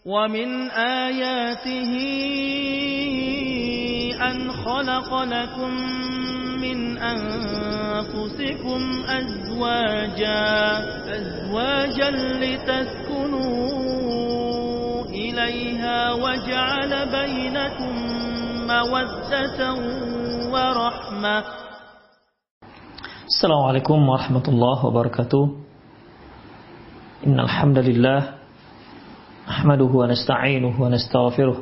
ومن آياته أن خلق لكم من أنفسكم أزواجا لتسكنوا إليها وجعل بينكم مودة ورحمة. السلام عليكم ورحمة الله وبركاته. إن الحمد لله نحمده ونستعينه ونستغفره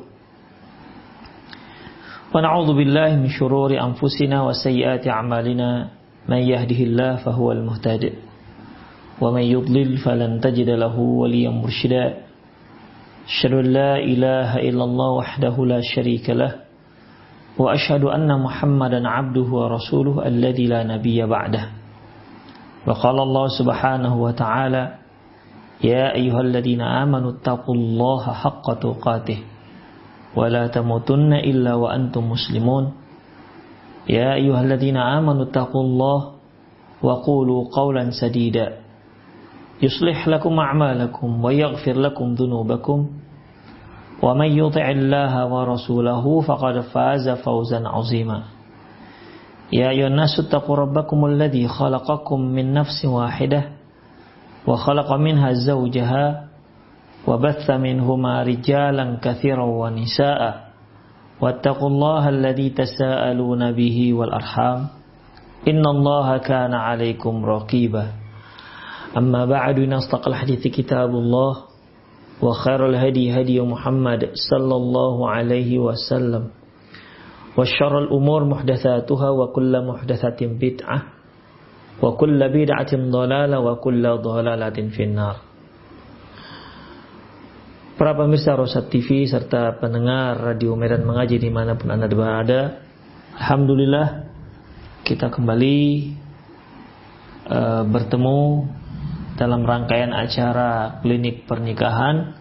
ونعوذ بالله من شرور أنفسنا وسيئات أعمالنا. من يهده الله فهو المهتد ومن يضلل فلن تجد له وليا مرشدا. أشهد أن لا إله إلا الله وحده لا شريك له وأشهد أن محمدا عبده ورسوله الذي لا نبي بعده. وقال الله سبحانه وتعالى: يا أيها الذين آمنوا اتقوا الله حق تقاته ولا تموتن إلا وأنتم مسلمون. يا أيها الذين آمنوا اتقوا الله وقولوا قولا سديدا يصلح لكم أعمالكم ويغفر لكم ذنوبكم ومن يطع الله ورسوله فقد فاز فوزا عظيما. يا أيها الناس اتقوا ربكم الذي خلقكم من نفس واحدة وخلق منها زوجها وبث منهما رجالا كثيرا ونساء واتقوا الله الذي تساءلون به والأرحام إن الله كان عليكم رقيبا. أما بعد، إن أصدق الحديث كتاب الله وخير الهدي هدي محمد صلى الله عليه وسلم وشر الأمور محدثاتها وكل محدثة بدعة wa kullu bid'atin dhalalah wa kullu dhalalatin finnar. Para pemirsa Rosat TV serta pendengar Radio Medan Mengaji dimanapun Anda berada, alhamdulillah kita kembali bertemu dalam rangkaian acara klinik pernikahan.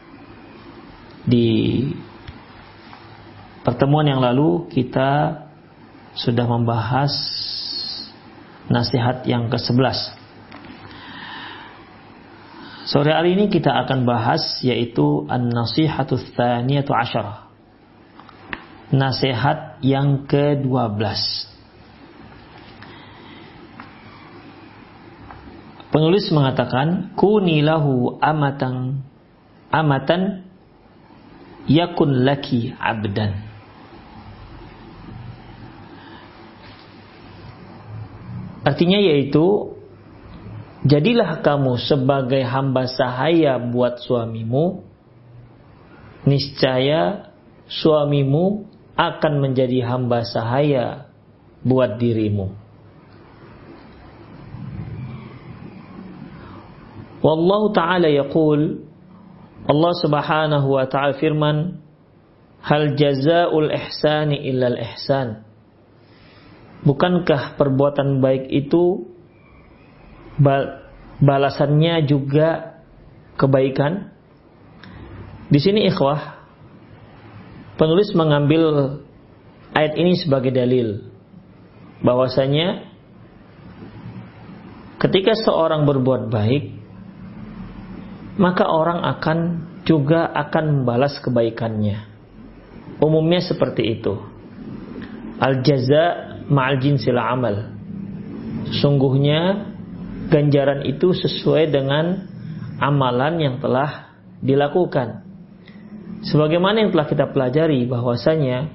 Di pertemuan yang lalu kita sudah membahas nasihat yang ke-11. Sore hari ini kita akan bahas yaitu an-nasihatu tsaniyatu asyarah. Nasihat yang ke-12. Penulis mengatakan, kuni lahu amatan yakun laki abdan. Artinya yaitu, jadilah kamu sebagai hamba sahaya buat suamimu, niscaya suamimu akan menjadi hamba sahaya buat dirimu. Wallahu ta'ala yaqul, Allah subhanahu wa ta'ala firman, hal jazaa'ul ihsani illal ihsan. Bukankah perbuatan baik itu balasannya juga kebaikan? Di sini ikhwah, penulis mengambil ayat ini sebagai dalil bahwasanya ketika seorang berbuat baik, maka orang juga akan membalas kebaikannya. Umumnya seperti itu. Al-jaza' ma'al jinsil amal. Sungguhnya ganjaran itu sesuai dengan amalan yang telah dilakukan. Sebagaimana yang telah kita pelajari bahwasanya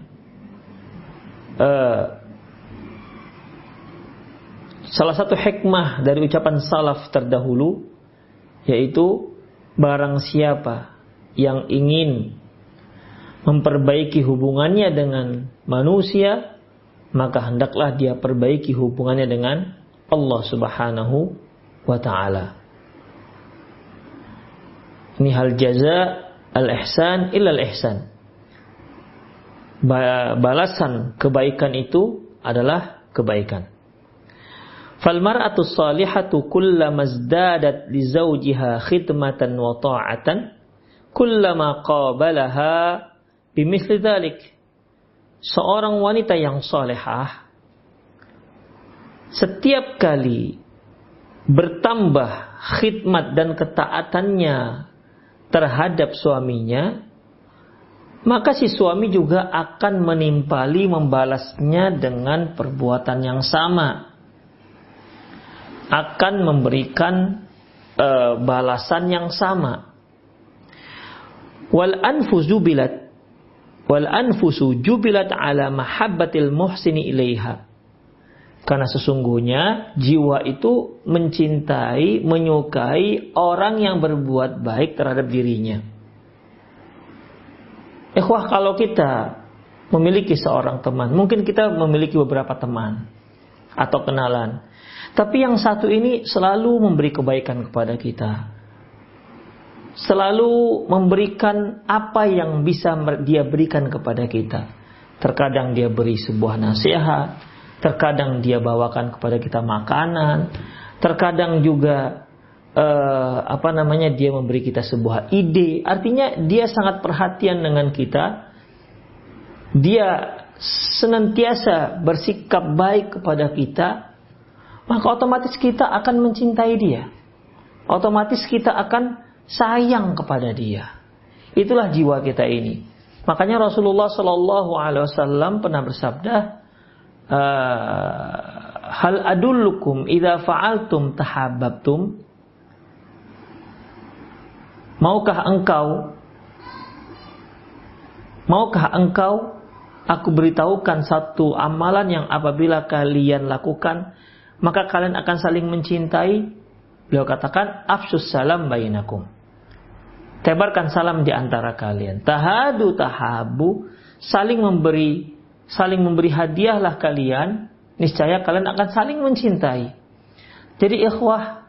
salah satu hikmah dari ucapan salaf terdahulu yaitu barang siapa yang ingin memperbaiki hubungannya dengan manusia, maka hendaklah dia perbaiki hubungannya dengan Allah subhanahu wa ta'ala. Ini hal jaza al-ihsan illal ihsan. Balasan kebaikan itu adalah kebaikan. Fal mar'atu salihatu kullama izdadat li zawjiha khidmatan wa ta'atan kullama qabalaha bimithli dzalik. Seorang wanita yang salihah setiap kali bertambah khidmat dan ketaatannya terhadap suaminya, maka si suami juga akan menimpali membalasnya dengan perbuatan yang sama. Akan memberikan balasan yang sama. Wal anfusu jubilat ala mahabbatil muhsini ilaiha. Karena sesungguhnya jiwa itu mencintai, menyukai orang yang berbuat baik terhadap dirinya. Ikhwah, kalau kita memiliki seorang teman, mungkin kita memiliki beberapa teman atau kenalan, tapi yang satu ini selalu memberi kebaikan kepada kita, selalu memberikan apa yang bisa dia berikan kepada kita. Terkadang dia beri sebuah nasihat, terkadang dia bawakan kepada kita makanan, terkadang juga dia memberi kita sebuah ide. Artinya dia sangat perhatian dengan kita. Dia senantiasa bersikap baik kepada kita. Maka otomatis kita akan mencintai dia. Otomatis kita akan sayang kepada dia. Itulah jiwa kita ini. Makanya Rasulullah SAW pernah bersabda, hal adullukum idza fa'altum tahabbabtum. Maukah engkau aku beritahukan satu amalan yang apabila kalian lakukan, maka kalian akan saling mencintai? Beliau katakan, afsus salam bainakum. Tebarkan salam di antara kalian. Tahadu tahabu, saling memberi hadiahlah kalian, niscaya kalian akan saling mencintai. Jadi ikhwah,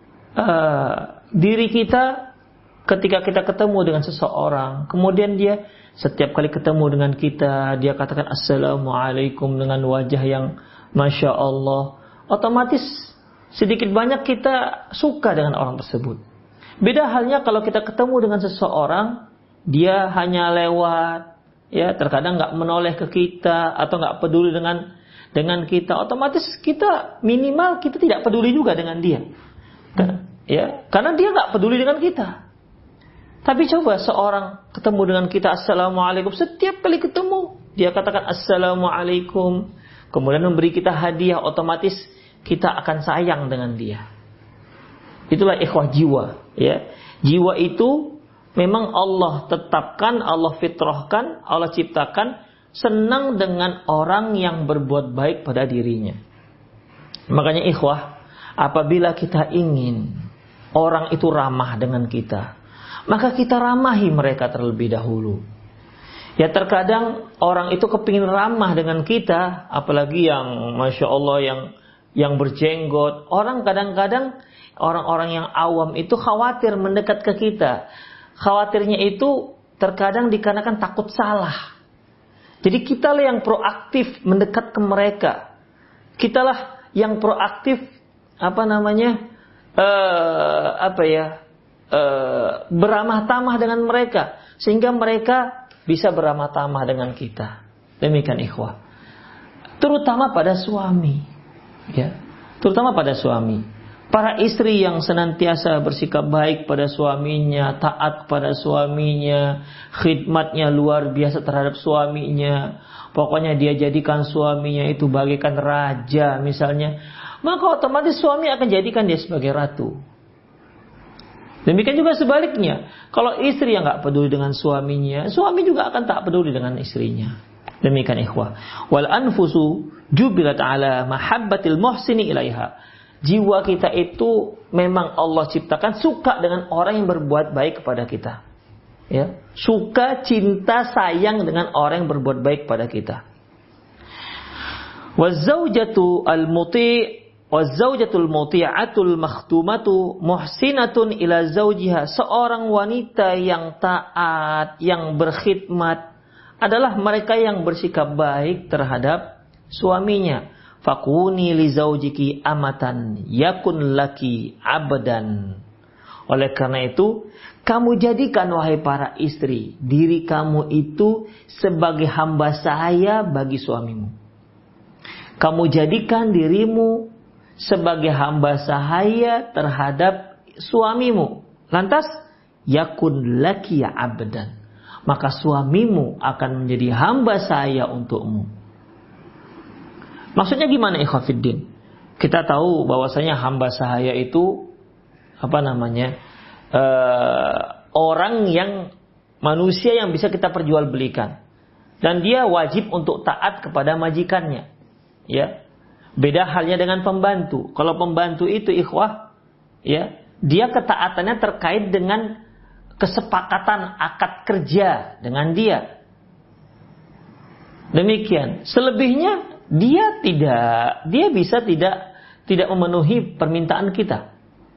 diri kita ketika kita ketemu dengan seseorang, kemudian dia setiap kali ketemu dengan kita, dia katakan assalamualaikum dengan wajah yang masya Allah, otomatis sedikit banyak kita suka dengan orang tersebut. Beda halnya kalau kita ketemu dengan seseorang, dia hanya lewat, ya terkadang nggak menoleh ke kita atau nggak peduli dengan kita, otomatis kita minimal kita tidak peduli juga dengan dia, ya karena dia nggak peduli dengan kita. Tapi coba seorang ketemu dengan kita assalamualaikum, setiap kali ketemu dia katakan assalamualaikum, kemudian memberi kita hadiah, otomatis kita akan sayang dengan dia. Itulah ikhwah jiwa, ya. Jiwa itu memang Allah tetapkan, Allah fitrahkan, Allah ciptakan senang dengan orang yang berbuat baik pada dirinya. Makanya ikhwah, apabila kita ingin orang itu ramah dengan kita, maka kita ramahi mereka terlebih dahulu. Ya terkadang orang itu kepingin ramah dengan kita, apalagi yang masya Allah yang berjenggot. Orang kadang-kadang orang-orang yang awam itu khawatir mendekat ke kita. Khawatirnya itu terkadang dikarenakan takut salah. Jadi kitalah yang proaktif mendekat ke mereka. Kitalah yang proaktif beramah tamah dengan mereka, sehingga mereka bisa beramah tamah dengan kita. Demikian ikhwah. Terutama pada suami, ya. Terutama pada suami. Para istri yang senantiasa bersikap baik pada suaminya, taat pada suaminya, khidmatnya luar biasa terhadap suaminya. Pokoknya dia jadikan suaminya itu bagaikan raja misalnya, maka otomatis suami akan jadikan dia sebagai ratu. Demikian juga sebaliknya. Kalau istri yang gak peduli dengan suaminya, suami juga akan tak peduli dengan istrinya. Demikian ikhwah. Wal anfusu jubilat ala mahabbatil muhsini ilaiha. Jiwa kita itu memang Allah ciptakan suka dengan orang yang berbuat baik kepada kita. Ya, suka, cinta, sayang dengan orang yang berbuat baik kepada kita. Wazzaujatu al-muti' Wazaujatul muti'atul makhtumatu muhsinatun ila zaujiha. Seorang wanita yang taat, yang berkhidmat adalah mereka yang bersikap baik terhadap suaminya. Fakuni li zaujiki amatan yakun laki abdan. Oleh karena itu, kamu jadikan wahai para istri, diri kamu itu sebagai hamba saya bagi suamimu. Kamu jadikan dirimu sebagai hamba sahaya terhadap suamimu. Lantas yakun laki abdan. Maka suamimu akan menjadi hamba saya untukmu. Maksudnya gimana ikhwatiddin? Kita tahu bahwasanya hamba sahaya itu orang yang manusia yang bisa kita perjualbelikan, dan dia wajib untuk taat kepada majikannya. Ya, beda halnya dengan pembantu. Kalau pembantu itu ikhwah, ya, dia ketaatannya terkait dengan kesepakatan akad kerja dengan dia. Demikian. Selebihnya dia bisa tidak memenuhi permintaan kita.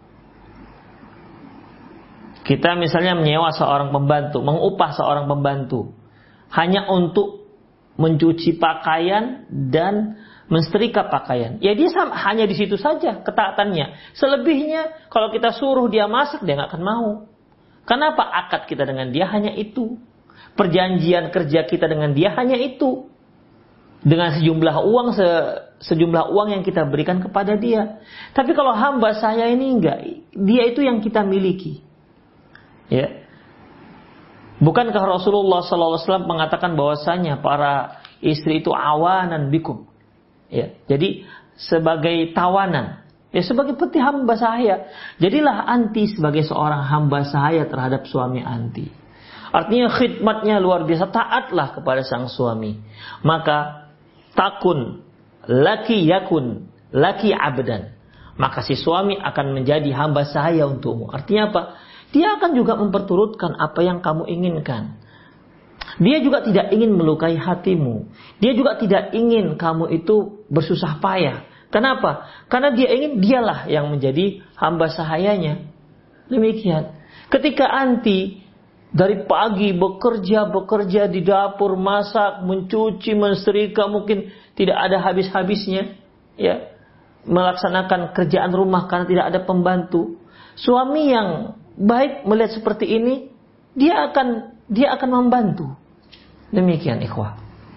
Kita misalnya menyewa seorang pembantu, mengupah seorang pembantu hanya untuk mencuci pakaian dan mensetrika pakaian. Ya dia hanya di situ saja ketaatannya. Selebihnya kalau kita suruh dia masak, dia nggak akan mau. Kenapa? Akad kita dengan dia hanya itu. Perjanjian kerja kita dengan dia hanya itu. Dengan sejumlah uang yang kita berikan kepada dia. Tapi kalau hamba saya ini enggak, dia itu yang kita miliki. Ya. Bukankah Rasulullah SAW mengatakan bahwasanya para istri itu awanan bikum? Ya. Jadi sebagai tawanan. Ya, sebagai peti hamba sahaya. Jadilah anti sebagai seorang hamba sahaya terhadap suami anti. Artinya khidmatnya luar biasa. Taatlah kepada sang suami. Maka takun yakun laki abdan. Maka si suami akan menjadi hamba sahaya untukmu. Artinya apa? Dia akan juga memperturutkan apa yang kamu inginkan. Dia juga tidak ingin melukai hatimu. Dia juga tidak ingin kamu itu bersusah payah. Kenapa? Karena dia ingin dialah yang menjadi hamba sahayanya. Demikian. Ketika anti dari pagi bekerja di dapur, masak, mencuci, mensetrika, mungkin tidak ada habis-habisnya, ya, melaksanakan kerjaan rumah karena tidak ada pembantu. Suami yang baik melihat seperti ini, dia akan membantu. Demikian ikhwah.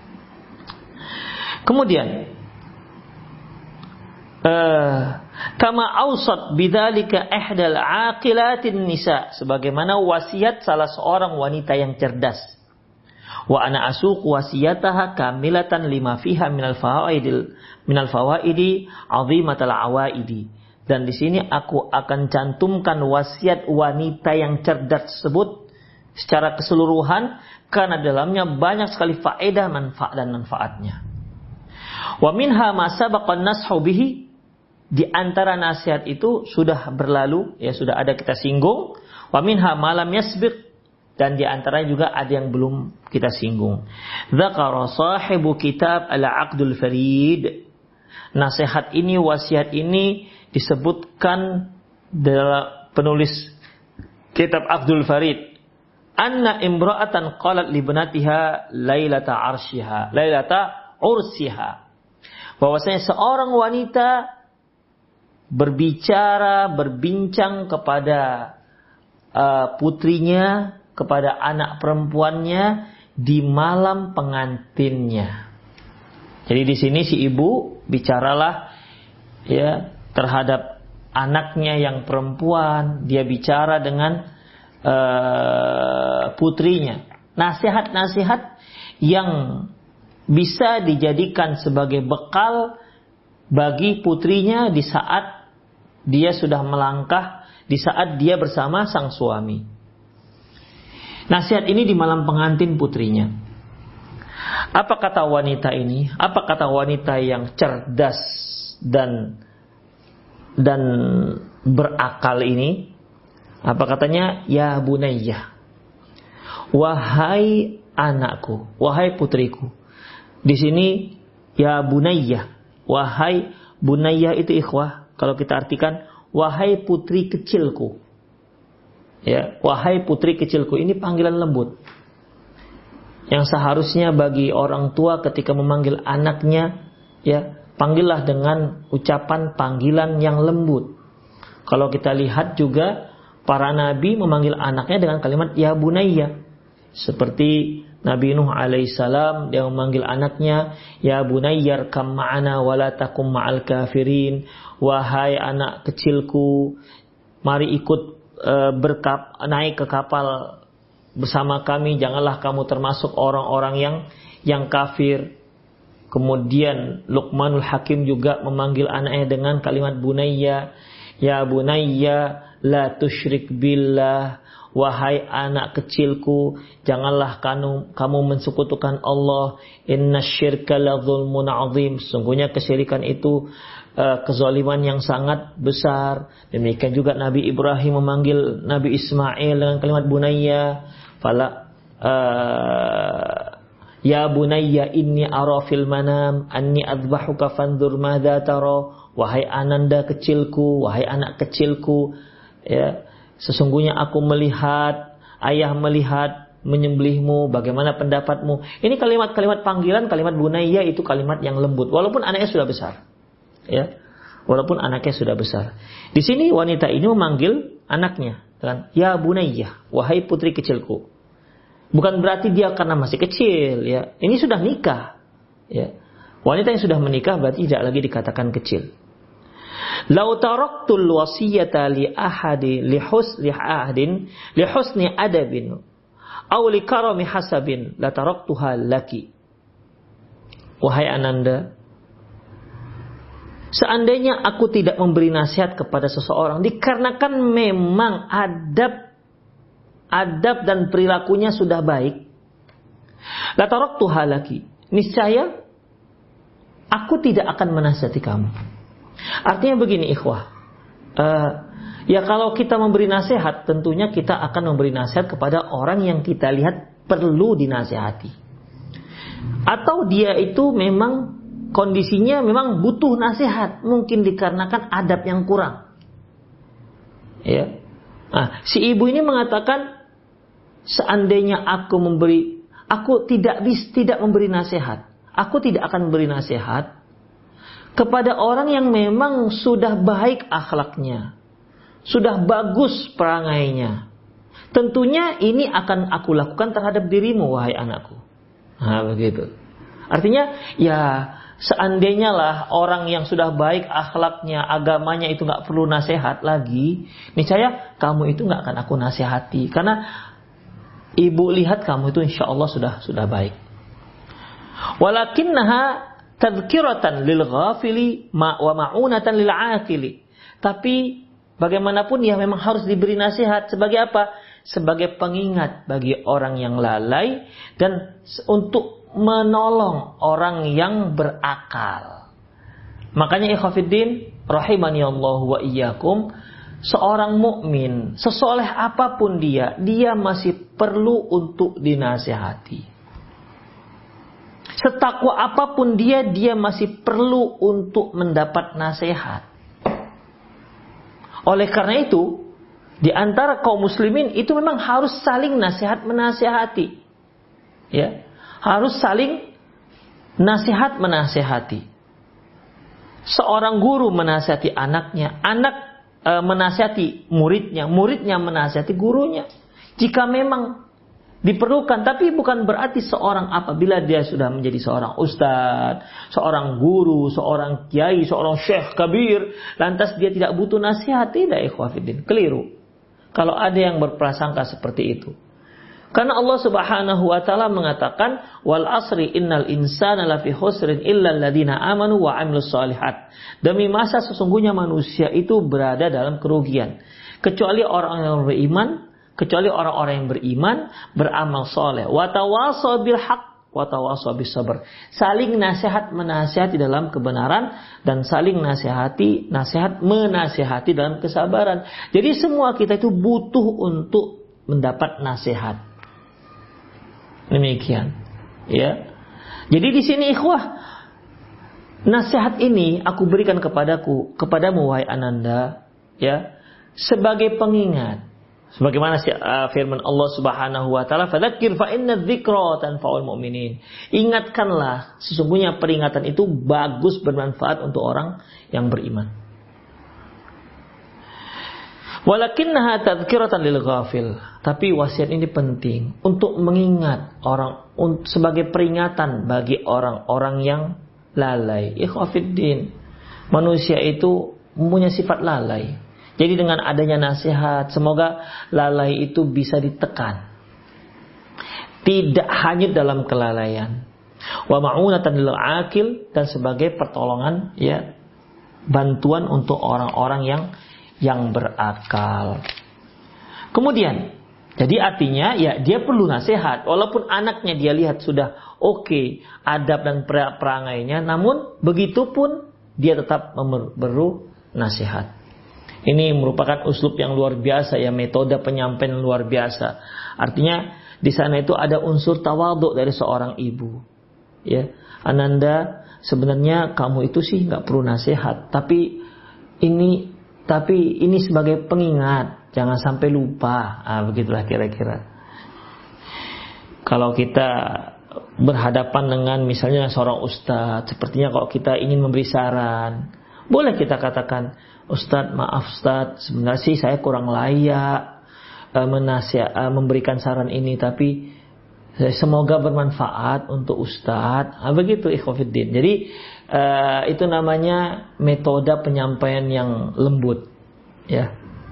Kemudian kama awsat bidzalika ihdal aqilatin nisa, sebagaimana wasiat salah seorang wanita yang cerdas. Wa ana asuq wasiyataha kamilatan lima fiha minal fawaidi azimatal awaidi. Dan di sini aku akan cantumkan wasiat wanita yang cerdas tersebut secara keseluruhan karena dalamnya banyak sekali faedah, manfaat dan manfaatnya. Wa minha ma sabaqa an-nashu bihi. Di antara nasihat itu sudah berlalu, ya sudah ada kita singgung. Wa minha ma lam yasbiq, dan di antaranya juga ada yang belum kita singgung. Dzakara sahibu kitab Al-Aqdul Farid. Nasihat ini, wasiat ini disebutkan dalam penulis kitab Aqdul Farid. Anna imra'atan qalat li ibnatiha lailata ursiha. Bahwasanya seorang wanita berbincang kepada putrinya, kepada anak perempuannya di malam pengantinnya. Jadi di sini si ibu bicaralah ya terhadap anaknya yang perempuan, dia bicara dengan putrinya. Nasihat-nasihat yang bisa dijadikan sebagai bekal bagi putrinya di saat dia sudah melangkah, di saat dia bersama sang suami. Nasihat ini di malam pengantin putrinya. Apa kata wanita ini? Apa kata wanita yang cerdas dan berakal ini? Apa katanya? Ya bunayyah. Wahai anakku, wahai putriku. Di sini ya bunayyah. Wahai bunayyah itu ikhwah, kalau kita artikan wahai putri kecilku. Ya, wahai putri kecilku, ini panggilan lembut. Yang seharusnya bagi orang tua ketika memanggil anaknya, ya, panggillah dengan ucapan panggilan yang lembut. Kalau kita lihat juga para nabi memanggil anaknya dengan kalimat ya bunayya. Seperti Nabi Nuh alaihissalam, dia memanggil anaknya ya bunayyar kam ma'ana wala takum ma'al kafirin. Wahai anak kecilku, mari ikut naik ke kapal bersama kami, janganlah kamu termasuk orang-orang yang kafir. Kemudian Luqmanul Hakim juga memanggil anaknya dengan kalimat bunayya, ya bunayya la tusyrik billah, wahai anak kecilku, janganlah kamu mensekutukan Allah. Innasyirka la dzulmun adzim, sungguhnya kesyirikan itu kezaliman yang sangat besar. Demikian juga Nabi Ibrahim memanggil Nabi Ismail dengan kalimat bunayya, ya bunayya inni ara fil manam anni adbahuka fanzur madza tara, wahai ananda kecilku, wahai anak kecilku, ya, sesungguhnya aku melihat, ayah melihat menyembelihmu, bagaimana pendapatmu. Ini kalimat-kalimat panggilan, kalimat bunayya itu kalimat yang lembut walaupun anaknya sudah besar. Ya. Walaupun anaknya sudah besar. Di sini wanita ini memanggil anaknya dengan ya bunayya, wahai putri kecilku. Bukan berarti dia karena masih kecil, ya. Ini sudah nikah, ya. Wanita yang sudah menikah berarti tidak lagi dikatakan kecil. Lau taraktul wasiyata li ahadi li husni adabin aw li karami hasabin la taraktuha laki. Wahai Ananda, seandainya aku tidak memberi nasihat kepada seseorang dikarenakan memang adab dan perilakunya sudah baik, la taraktuha laki, niscaya aku tidak akan menasihati kamu. Artinya begini ikhwah, ya kalau kita memberi nasihat, tentunya kita akan memberi nasihat kepada orang yang kita lihat perlu dinasihati, atau dia itu memang kondisinya memang butuh nasihat, mungkin dikarenakan adab yang kurang. Ya, nah, si ibu ini mengatakan, seandainya aku tidak memberi nasihat, aku tidak akan memberi nasihat kepada orang yang memang sudah baik akhlaknya, sudah bagus perangainya. Tentunya ini akan aku lakukan terhadap dirimu, wahai anakku. Nah, begitu. Artinya, ya seandainya lah orang yang sudah baik akhlaknya, agamanya itu nggak perlu nasihat lagi, niscaya kamu itu nggak akan aku nasihati, karena ibu lihat kamu itu insya Allah sudah baik. Walakinnaha tadhkiratan lil ghafili wa ma'unatan lil aqili. Tapi bagaimanapun ya memang harus diberi nasihat sebagai apa? Sebagai pengingat bagi orang yang lalai dan untuk menolong orang yang berakal. Makanya ikhwatiddin rahimani Allah wa iyyakum, seorang mukmin sesoleh apapun dia masih perlu untuk dinasihati. Setakwa apapun dia masih perlu untuk mendapat nasihat. Oleh karena itu, di antara kaum muslimin itu memang harus saling nasihat menasihati. Ya, harus saling nasihat menasihati. Seorang guru menasihati anaknya, anak menasihati muridnya, muridnya menasihati gurunya. Jika memang diperlukan, tapi bukan berarti seorang apabila dia sudah menjadi seorang ustadz, seorang guru, seorang kiai, seorang syekh kabir, lantas dia tidak butuh nasihat. Tidak, ikhwatiddin, keliru kalau ada yang berprasangka seperti itu. Karena Allah Subhanahu wa taala mengatakan, wal asri innal insana lafi khusrin illa alladziina amanu wa 'amilus shalihat. Demi masa sesungguhnya manusia itu berada dalam kerugian, kecuali orang yang beriman, kecuali orang-orang yang beriman, beramal soleh. Wa tawassaw bil haqq wa tawassaw bis sabr. Saling nasihat menasihati dalam kebenaran dan saling nasihat menasihati dalam kesabaran. Jadi semua kita itu butuh untuk mendapat nasihat. Demikian, ya. Jadi di sini ikhwah, nasihat ini aku berikan kepadamu wahai Ananda, ya, sebagai pengingat. Sebagaimana firman Allah Subhanahu wa taala, "Fadzakir fa inna dzikra tanfa'ul mu'minin." Ingatkanlah, sesungguhnya peringatan itu bagus, bermanfaat untuk orang yang beriman. Walakinnaha tadzkiratan lil ghafil. Tapi wasiat ini penting untuk mengingat orang, sebagai peringatan bagi orang-orang yang lalai. Ikhwafiddin, manusia itu mempunyai sifat lalai. Jadi dengan adanya nasihat, semoga lalai itu bisa ditekan. Tidak hanyut dalam kelalaian. Wa ma'unatan lil akil, dan sebagai pertolongan, ya, bantuan untuk orang-orang yang berakal. Kemudian, jadi artinya ya dia perlu nasihat. Walaupun anaknya dia lihat sudah oke, adab dan perangainya, namun begitupun dia tetap perlu nasihat. Ini merupakan uslub yang luar biasa, ya, metode penyampaian luar biasa. Artinya di sana itu ada unsur tawadhu dari seorang ibu. Ya, Ananda, sebenarnya kamu itu sih nggak perlu nasihat, tapi ini sebagai pengingat, jangan sampai lupa. Begitulah kira-kira. Kalau kita berhadapan dengan misalnya seorang ustadz, sepertinya kalau kita ingin memberi saran, boleh kita katakan, Ustadz, maaf Ustadz, sebenarnya sih saya kurang layak memberikan saran ini, tapi semoga bermanfaat untuk Ustadz. Begitu ikhwatiddin. Jadi itu namanya metode penyampaian yang lembut. Ya.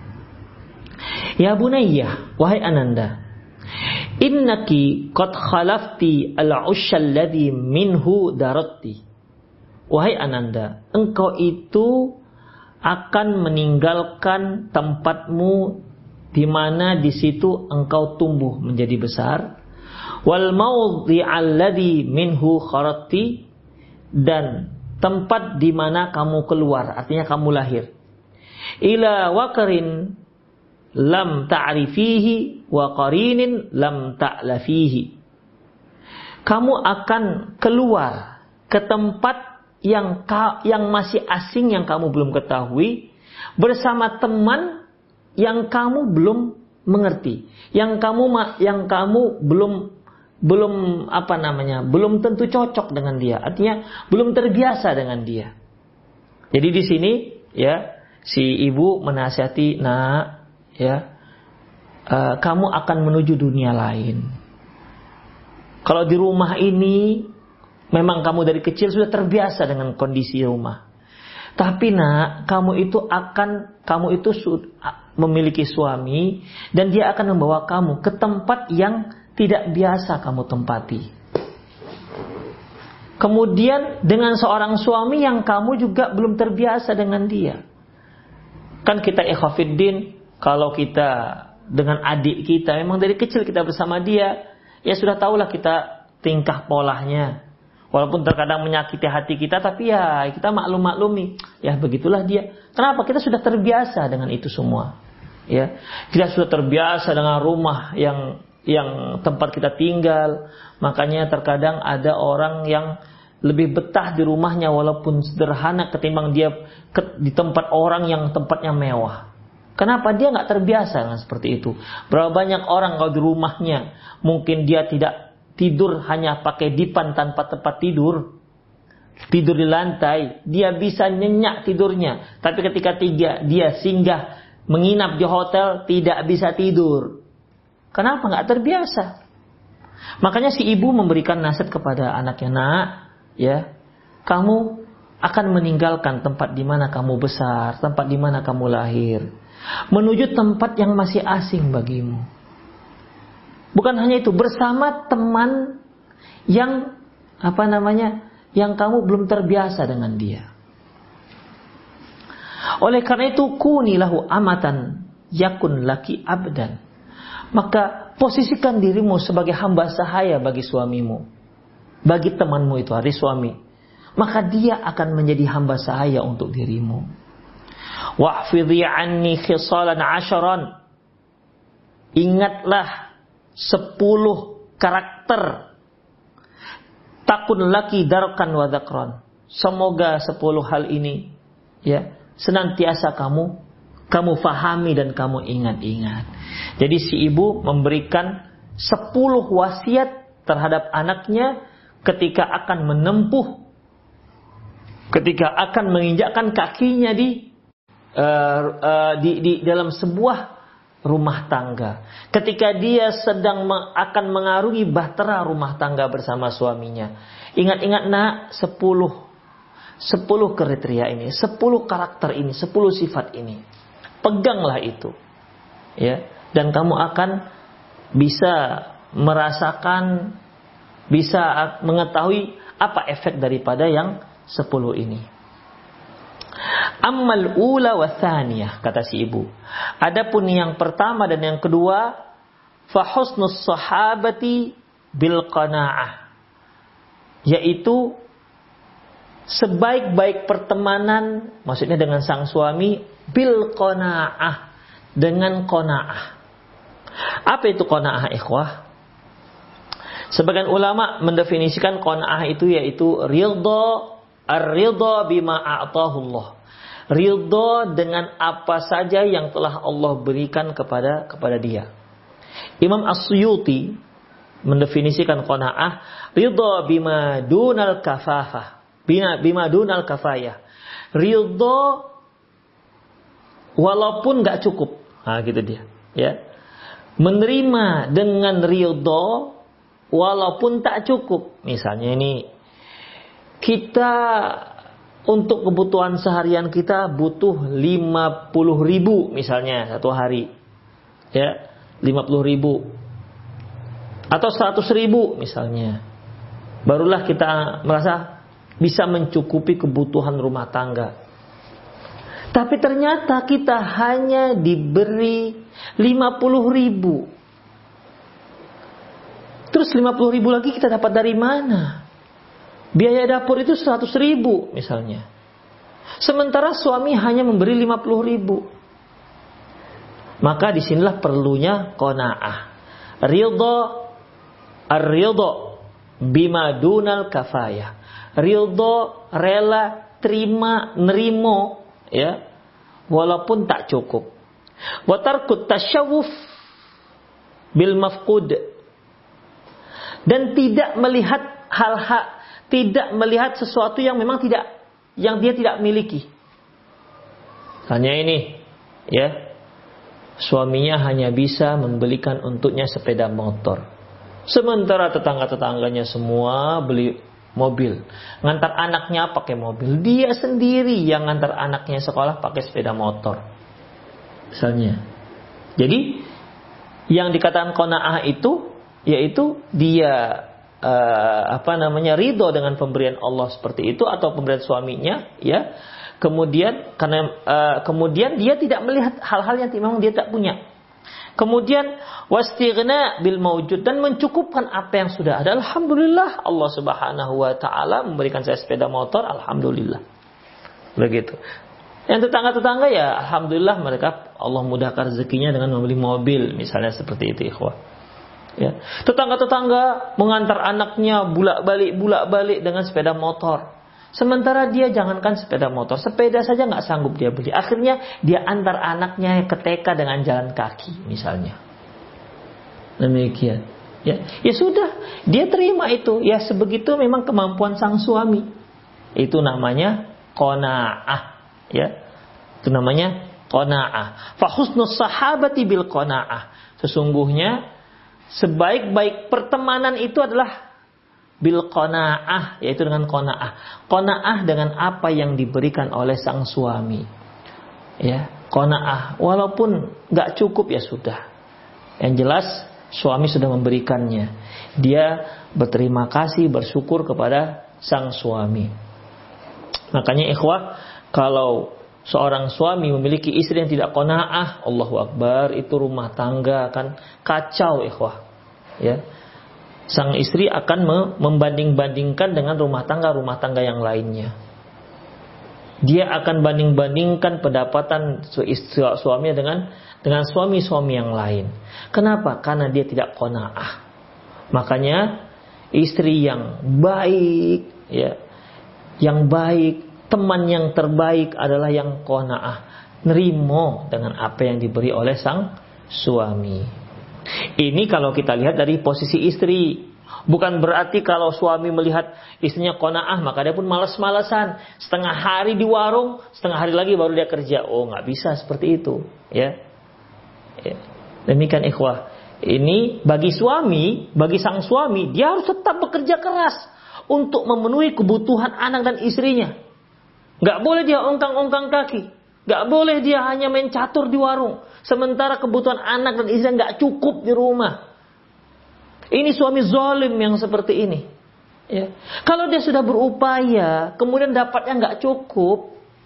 Ya Bunayyah, wahai Ananda, innaki qad khalafti al-'ushya alladhi minhu daratti. Wahai Ananda, engkau itu akan meninggalkan tempatmu di mana di situ engkau tumbuh menjadi besar. Wal mawdhi' alladhi minhu kharajti, dan tempat di mana kamu keluar, artinya kamu lahir. Ila waqarin lam ta'rifihi wa qarinin lam ta'lafihi. Kamu akan keluar ke tempat yang masih asing, yang kamu belum ketahui, bersama teman yang kamu belum mengerti, yang kamu belum tentu cocok dengan dia, artinya belum terbiasa dengan dia. Jadi di sini ya si ibu menasihati, nak, ya, kamu akan menuju dunia lain. Kalau di rumah ini memang kamu dari kecil sudah terbiasa dengan kondisi rumah. Tapi nak, kamu itu memiliki suami, dan dia akan membawa kamu ke tempat yang tidak biasa kamu tempati. Kemudian dengan seorang suami yang kamu juga belum terbiasa dengan dia. Kan kita ikhwatiddin, kalau kita dengan adik kita, memang dari kecil kita bersama dia, ya sudah tahulah kita tingkah polanya. Walaupun terkadang menyakiti hati kita, tapi ya kita maklumi. Ya begitulah dia. Kenapa? Kita sudah terbiasa dengan itu semua. Ya, kita sudah terbiasa dengan rumah yang tempat kita tinggal. Makanya terkadang ada orang yang lebih betah di rumahnya walaupun sederhana ketimbang dia di tempat orang yang tempatnya mewah. Kenapa? Dia nggak terbiasa dengan seperti itu. Berapa banyak orang kalau di rumahnya mungkin dia tidak tidur, hanya pakai dipan tanpa tempat tidur di lantai, dia bisa nyenyak tidurnya. Tapi ketika dia singgah menginap di hotel, tidak bisa tidur. Kenapa? Nggak terbiasa. Makanya si ibu memberikan nasihat kepada anaknya, nak, ya, kamu akan meninggalkan tempat di mana kamu besar, tempat di mana kamu lahir, menuju tempat yang masih asing bagimu. Bukan hanya itu, bersama teman yang yang kamu belum terbiasa dengan dia. Oleh karena itu, kuni lahu amatan yakun laki abdan. Maka posisikan dirimu sebagai hamba sahaya bagi suamimu, bagi temanmu itu, hari suami. Maka dia akan menjadi hamba sahaya untuk dirimu. Wahfidhi anni khisalan 10. Ingatlah 10 karakter. Takun laki darkan wa dzakran. Semoga 10 hal ini, ya, senantiasa kamu fahami dan kamu ingat-ingat. Jadi si ibu memberikan 10 wasiat terhadap anaknya ketika akan menginjakkan kakinya di dalam sebuah rumah tangga. Ketika dia sedang akan mengarungi bahtera rumah tangga bersama suaminya. Ingat-ingat nak, 10 kriteria ini, 10 karakter ini, 10 sifat ini. Peganglah itu. Ya, dan kamu akan bisa merasakan, bisa mengetahui apa efek daripada yang 10 ini. Ammal ula wa thaniyah, kata si ibu. Adapun yang pertama dan yang kedua, fa husnus sahabati bil qanaah, yaitu sebaik-baik pertemanan, maksudnya dengan sang suami, bil qanaah, dengan qanaah. Apa itu qanaah, ikhwah? Sebagian ulama mendefinisikan qanaah itu yaitu ridha, ar-ridha bima a'tahu Allah. Ridha dengan apa saja yang telah Allah berikan kepada dia. Imam As-Suyuti mendefinisikan qanaah, ridha bima dunal kafafah, bima dunal kafayah. Ridha walaupun enggak cukup. Nah, gitu dia, ya. Menerima dengan ridha walaupun tak cukup. Misalnya ini, kita untuk kebutuhan seharian kita butuh 50.000 misalnya satu hari, ya, 50.000 atau 100.000 misalnya, barulah kita merasa bisa mencukupi kebutuhan rumah tangga. Tapi ternyata kita hanya diberi 50.000. Terus 50.000 lagi kita dapat dari mana? Biaya dapur itu 100.000 misalnya. Sementara suami hanya memberi 50.000. Maka disinilah perlunya qanaah. Ridha, ar-ridha bima dunal kafayah. Ridha, rela, terima, nerimo, ya, walaupun tak cukup. Wa tarkut tasyawuf bil mafqud, dan tidak melihat hal-hal, tidak melihat sesuatu yang memang yang dia tidak miliki. Hanya ini, ya, suaminya hanya bisa membelikan untuknya sepeda motor, sementara tetangga-tetangganya semua beli mobil, ngantar anaknya pakai mobil, dia sendiri yang ngantar anaknya sekolah pakai sepeda motor, misalnya. Jadi yang dikatakan qanaah itu yaitu dia ridho dengan pemberian Allah seperti itu atau pemberian suaminya, ya. Kemudian dia tidak melihat hal-hal yang memang dia tak punya. Kemudian wastighna bil maujud, dan mencukupkan apa yang sudah ada. Alhamdulillah, Allah Subhanahu wa taala memberikan saya sepeda motor, alhamdulillah. Begitu. Yang tetangga-tetangga, ya alhamdulillah, mereka Allah mudahkan rezekinya dengan membeli mobil, misalnya seperti itu, ikhwah. Ya. Tetangga-tetangga mengantar anaknya bulak-balik dengan sepeda motor. Sementara dia jangankan sepeda motor, sepeda saja nggak sanggup dia beli. Akhirnya dia antar anaknya ke TK dengan jalan kaki, misalnya. Demikian. Ya sudah, dia terima itu. Ya sebegitu memang kemampuan sang suami. Itu namanya qanaah. Ya, itu namanya qanaah. Fa husnus sahabati bil qanaah. Sesungguhnya sebaik-baik pertemanan itu adalah bil qanaah, yaitu dengan qanaah. Qanaah dengan apa yang diberikan oleh sang suami. Ya, qanaah walaupun enggak cukup, ya sudah. Yang jelas suami sudah memberikannya. Dia berterima kasih, bersyukur kepada sang suami. Makanya ikhwah, kalau seorang suami memiliki istri yang tidak qanaah, Allahu Akbar, itu rumah tangga akan kacau, ikhwah. Ya. Sang istri akan membanding-bandingkan dengan rumah tangga yang lainnya. Dia akan banding-bandingkan pendapatan suaminya dengan suami-suami yang lain. Kenapa? Karena dia tidak qanaah. Makanya istri yang baik, ya, yang baik, teman yang terbaik adalah yang qanaah, nerimo dengan apa yang diberi oleh sang suami. Ini kalau kita lihat dari posisi istri. Bukan berarti kalau suami melihat istrinya qanaah maka dia pun malas-malasan, setengah hari di warung, setengah hari lagi baru dia kerja. Oh, nggak bisa seperti itu, ya. Demikian ikhwah. Ini bagi suami, bagi sang suami, dia harus tetap bekerja keras untuk memenuhi kebutuhan anak dan istrinya. Nggak boleh dia ongkang-ongkang kaki. Gak boleh dia hanya main catur di warung. Sementara kebutuhan anak dan istri gak cukup di rumah. Ini suami zalim yang seperti ini. Ya. Kalau dia sudah berupaya, kemudian dapatnya gak cukup.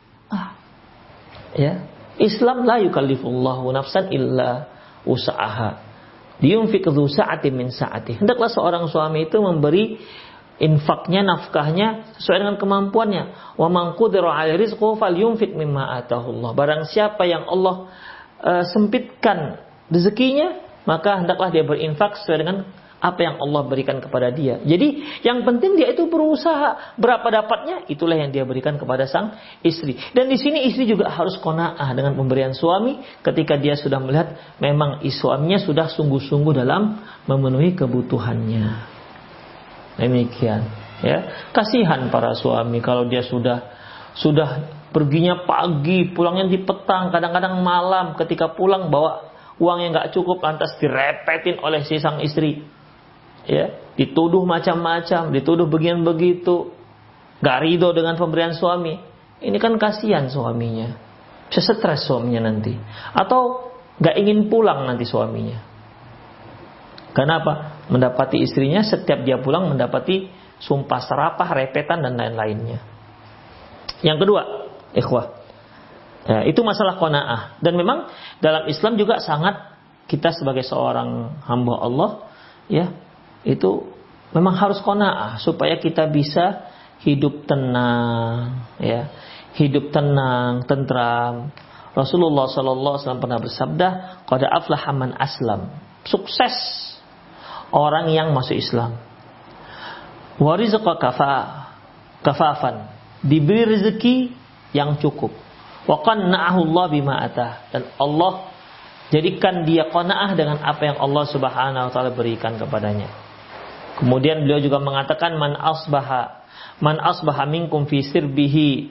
Ya. Islam la yukallifullahu nafsan illa usaha. Liyunfiq dzu sa'atin min sa'atihi. Hendaklah seorang suami itu memberi infaknya, nafkahnya sesuai dengan kemampuannya. Wa man qudira 'alaihi rizquhu falyunfiq mimma atahu Allah. Barang siapa yang Allah sempitkan rezekinya, maka hendaklah dia berinfak sesuai dengan apa yang Allah berikan kepada dia. Jadi yang penting dia itu berusaha, berapa dapatnya itulah yang dia berikan kepada sang istri. Dan di sini istri juga harus qanaah dengan pemberian suami ketika dia sudah melihat memang suaminya sudah sungguh-sungguh dalam memenuhi kebutuhannya. Demikian, ya. Kasihan para suami kalau dia sudah perginya pagi, pulangnya di petang, kadang-kadang malam, ketika pulang bawa uang yang nggak cukup lantas direpetin oleh si sang istri. Ya, dituduh macam-macam, dituduh begini begitu, nggak ridho dengan pemberian suami. Ini kan kasihan suaminya, bisa stres suaminya nanti, atau nggak ingin pulang nanti suaminya. Kenapa? Mendapati istrinya setiap dia pulang mendapati sumpah serapah, repetan dan lain-lainnya. Yang kedua, ikhwah, ya, itu masalah qanaah. Dan memang dalam Islam juga sangat kita sebagai seorang hamba Allah, ya, itu memang harus qanaah supaya kita bisa hidup tenang, ya, hidup tenang, tentram. Rasulullah SAW pernah bersabda, qad aflaha man aslam. Sukses orang yang masuk Islam. Wa rizqa kafafan. Diberi rezeki yang cukup. Wa qanna'ahu Allah bima atah. Dan Allah jadikan dia qanaah dengan apa yang Allah Subhanahu wa taala berikan kepadanya. Kemudian beliau juga mengatakan man asbaha minkum fi sirbihi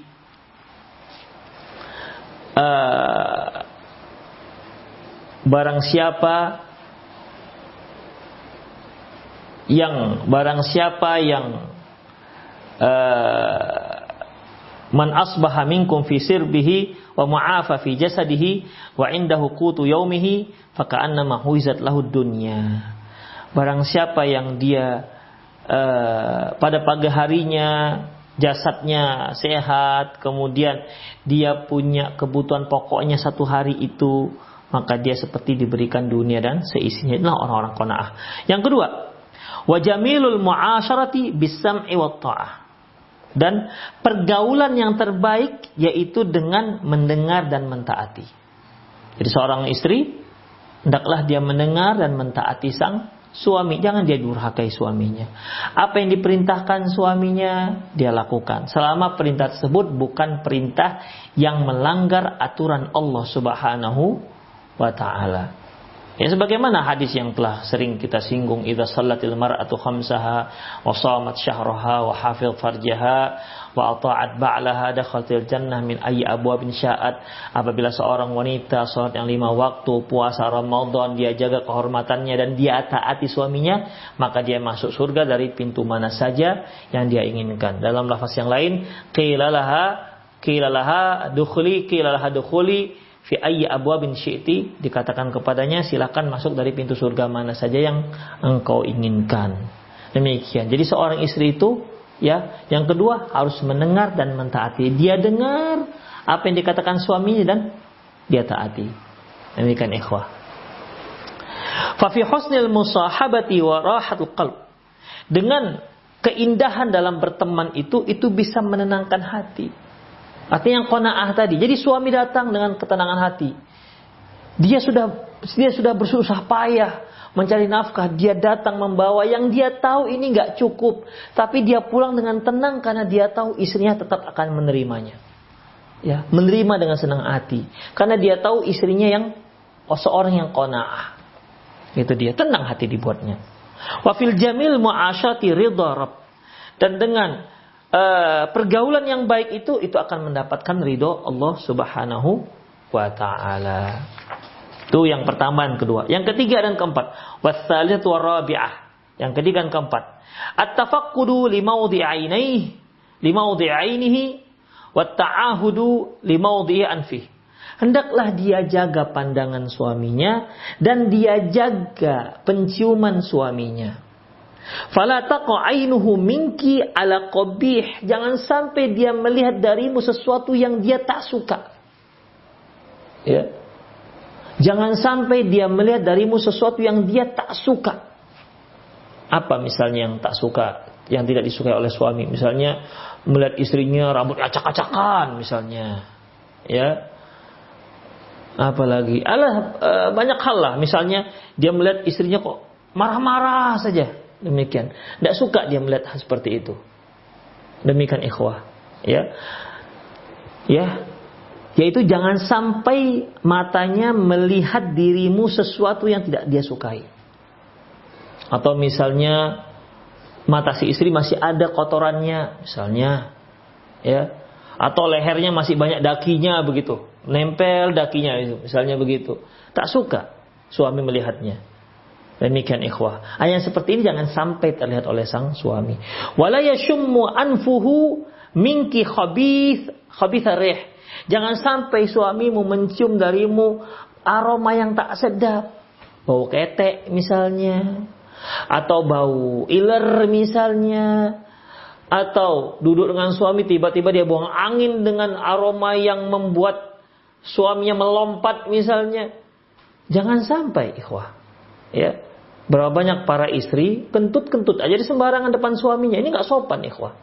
barang siapa yang man asbaha minkum fi sirbihi wa mu'afa fi jasadihi wa indahu qutu yaumihi fa ka'annama huizat lahu dunya. Barang siapa yang dia pada pagi harinya jasadnya sehat, kemudian dia punya kebutuhan pokoknya satu hari itu, maka dia seperti diberikan dunia dan seisinya. Inilah orang-orang qanaah. Yang kedua, wa jamilul mu'asyarati bis-sam'i wat ta'ah. Dan pergaulan yang terbaik yaitu dengan mendengar dan mentaati. Jadi seorang istri hendaklah dia mendengar dan mentaati sang suami, jangan dia durhakai suaminya. Apa yang diperintahkan suaminya dia lakukan, selama perintah tersebut bukan perintah yang melanggar aturan Allah Subhanahu wa taala. Ya, sebagaimana hadis yang telah sering kita singgung, idza shallatil mar'atu khamsaha wa shamat syahraha wa hafidh farjaha wa ata'at ba'laha dakhaltil jannah min ayyi abwabin sya'at. Apabila seorang wanita salat yang 5 waktu, puasa Ramadan, dia jaga kehormatannya dan dia taati suaminya, maka dia masuk surga dari pintu mana saja yang dia inginkan. Dalam lafaz yang lain, qila laha dukhuli fi ayyi abwabin syi'ti, dikatakan kepadanya silakan masuk dari pintu surga mana saja yang engkau inginkan. Demikian. Jadi seorang istri itu, ya, yang kedua harus mendengar dan mentaati. Dia dengar apa yang dikatakan suaminya dan dia taati. Demikian ikhwah. Fa fi husnil musahabati wa rahatul qalb. Dengan keindahan dalam berteman itu bisa menenangkan hati. Artinya yang qanaah tadi. Jadi suami datang dengan ketenangan hati. Dia sudah bersusah payah mencari nafkah. Dia datang membawa yang dia tahu ini nggak cukup. Tapi dia pulang dengan tenang karena dia tahu istrinya tetap akan menerimanya. Ya, menerima dengan senang hati. Karena dia tahu istrinya yang seorang yang qanaah. Itu dia, tenang hati dibuatnya. Wa fil jamil mu'asyati ridha rabb. Dan dengan pergaulan yang baik itu akan mendapatkan ridho Allah Subhanahu wa taala. Itu yang pertama dan kedua. Yang ketiga dan keempat, wasalitsatu warabi'ah. Yang ketiga dan keempat, at-tafaqqudu li mawdi'ainihi wat ta'ahudu li mawdi'i anfihi. hendaklah dia jaga pandangan suaminya dan dia jaga penciuman suaminya. Fala taqa ainuhu minki ala qabih. Jangan sampai dia melihat darimu sesuatu yang dia tak suka. Ya. Jangan sampai dia melihat darimu sesuatu yang dia tak suka. Apa misalnya yang tak suka, yang tidak disukai oleh suami? Misalnya melihat istrinya rambutnya acak-acakan misalnya. Ya. Apalagi banyak hal lah. Misalnya dia melihat istrinya kok marah-marah saja. Demikian. Tidak suka dia melihat hal seperti itu. Demikian ikhwah. Ya. Ya. Yaitu jangan sampai matanya melihat dirimu sesuatu yang tidak dia sukai. Atau misalnya mata si istri masih ada kotorannya, misalnya, ya. Atau lehernya masih banyak dakinya begitu, nempel dakinya itu, misalnya begitu. Tak suka suami melihatnya. Demikian ikhwah. Yang seperti ini jangan sampai terlihat oleh sang suami. Wala yashummu anfuhu minki khabitha rih. Jangan sampai suamimu mencium darimu aroma yang tak sedap. Bau ketek misalnya. Atau bau iler misalnya. Atau duduk dengan suami tiba-tiba dia buang angin dengan aroma yang membuat suaminya melompat misalnya. Jangan sampai ikhwah. Ya. Berapa banyak para istri kentut-kentut aja di sembarangan depan suaminya. Ini gak sopan ikhwah.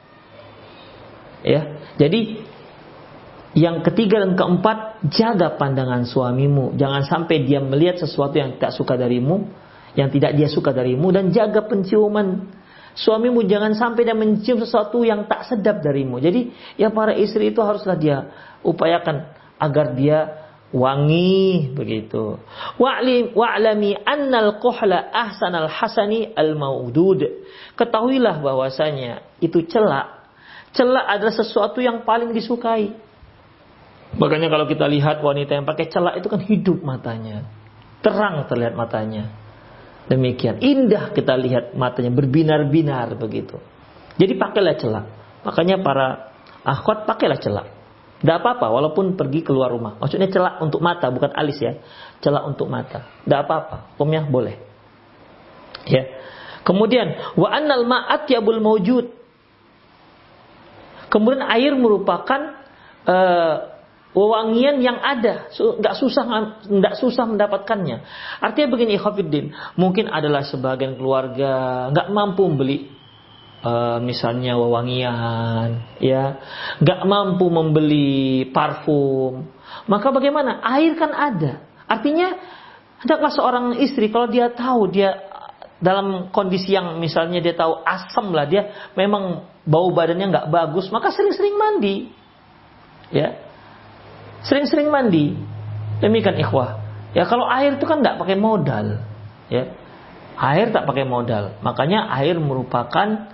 Ya. Jadi yang ketiga dan keempat, jaga pandangan suamimu. Jangan sampai dia melihat sesuatu yang tak suka darimu, yang tidak dia suka darimu, dan jaga penciuman suamimu. Jangan sampai dia mencium sesuatu yang tak sedap darimu. Jadi, ya para istri itu haruslah dia upayakan agar dia wangi begitu. Wa'lami annal quhla ahsanal hasani al-maudud. Ketahuilah bahwasanya itu celak. Celak adalah sesuatu yang paling disukai. Makanya kalau kita lihat wanita yang pakai celak itu kan hidup matanya. Terang terlihat matanya. Demikian. Indah kita lihat matanya. Berbinar-binar begitu. Jadi pakailah celak. Makanya para akhwat pakailah celak. Tidak apa-apa walaupun pergi keluar rumah. Maksudnya celak untuk mata bukan alis ya. Celak untuk mata. Tidak apa-apa. Hukumnya boleh. Ya. Kemudian wa annal ma'at yabul mawjud. Kemudian air merupakan wewangian yang ada, nggak susah mendapatkannya. Artinya begini, ikhwatiddin, mungkin adalah sebagian keluarga nggak mampu membeli, misalnya wewangian, ya, nggak mampu membeli parfum. Maka bagaimana? Air kan ada. Artinya, hendaklah seorang istri kalau dia tahu dia dalam kondisi yang misalnya dia tahu asam lah, dia memang bau badannya nggak bagus, maka sering-sering mandi, ya. Sering-sering mandi. Demikian ikhwah. Ya kalau air itu kan tidak pakai modal. Ya. Air tak pakai modal. Makanya air merupakan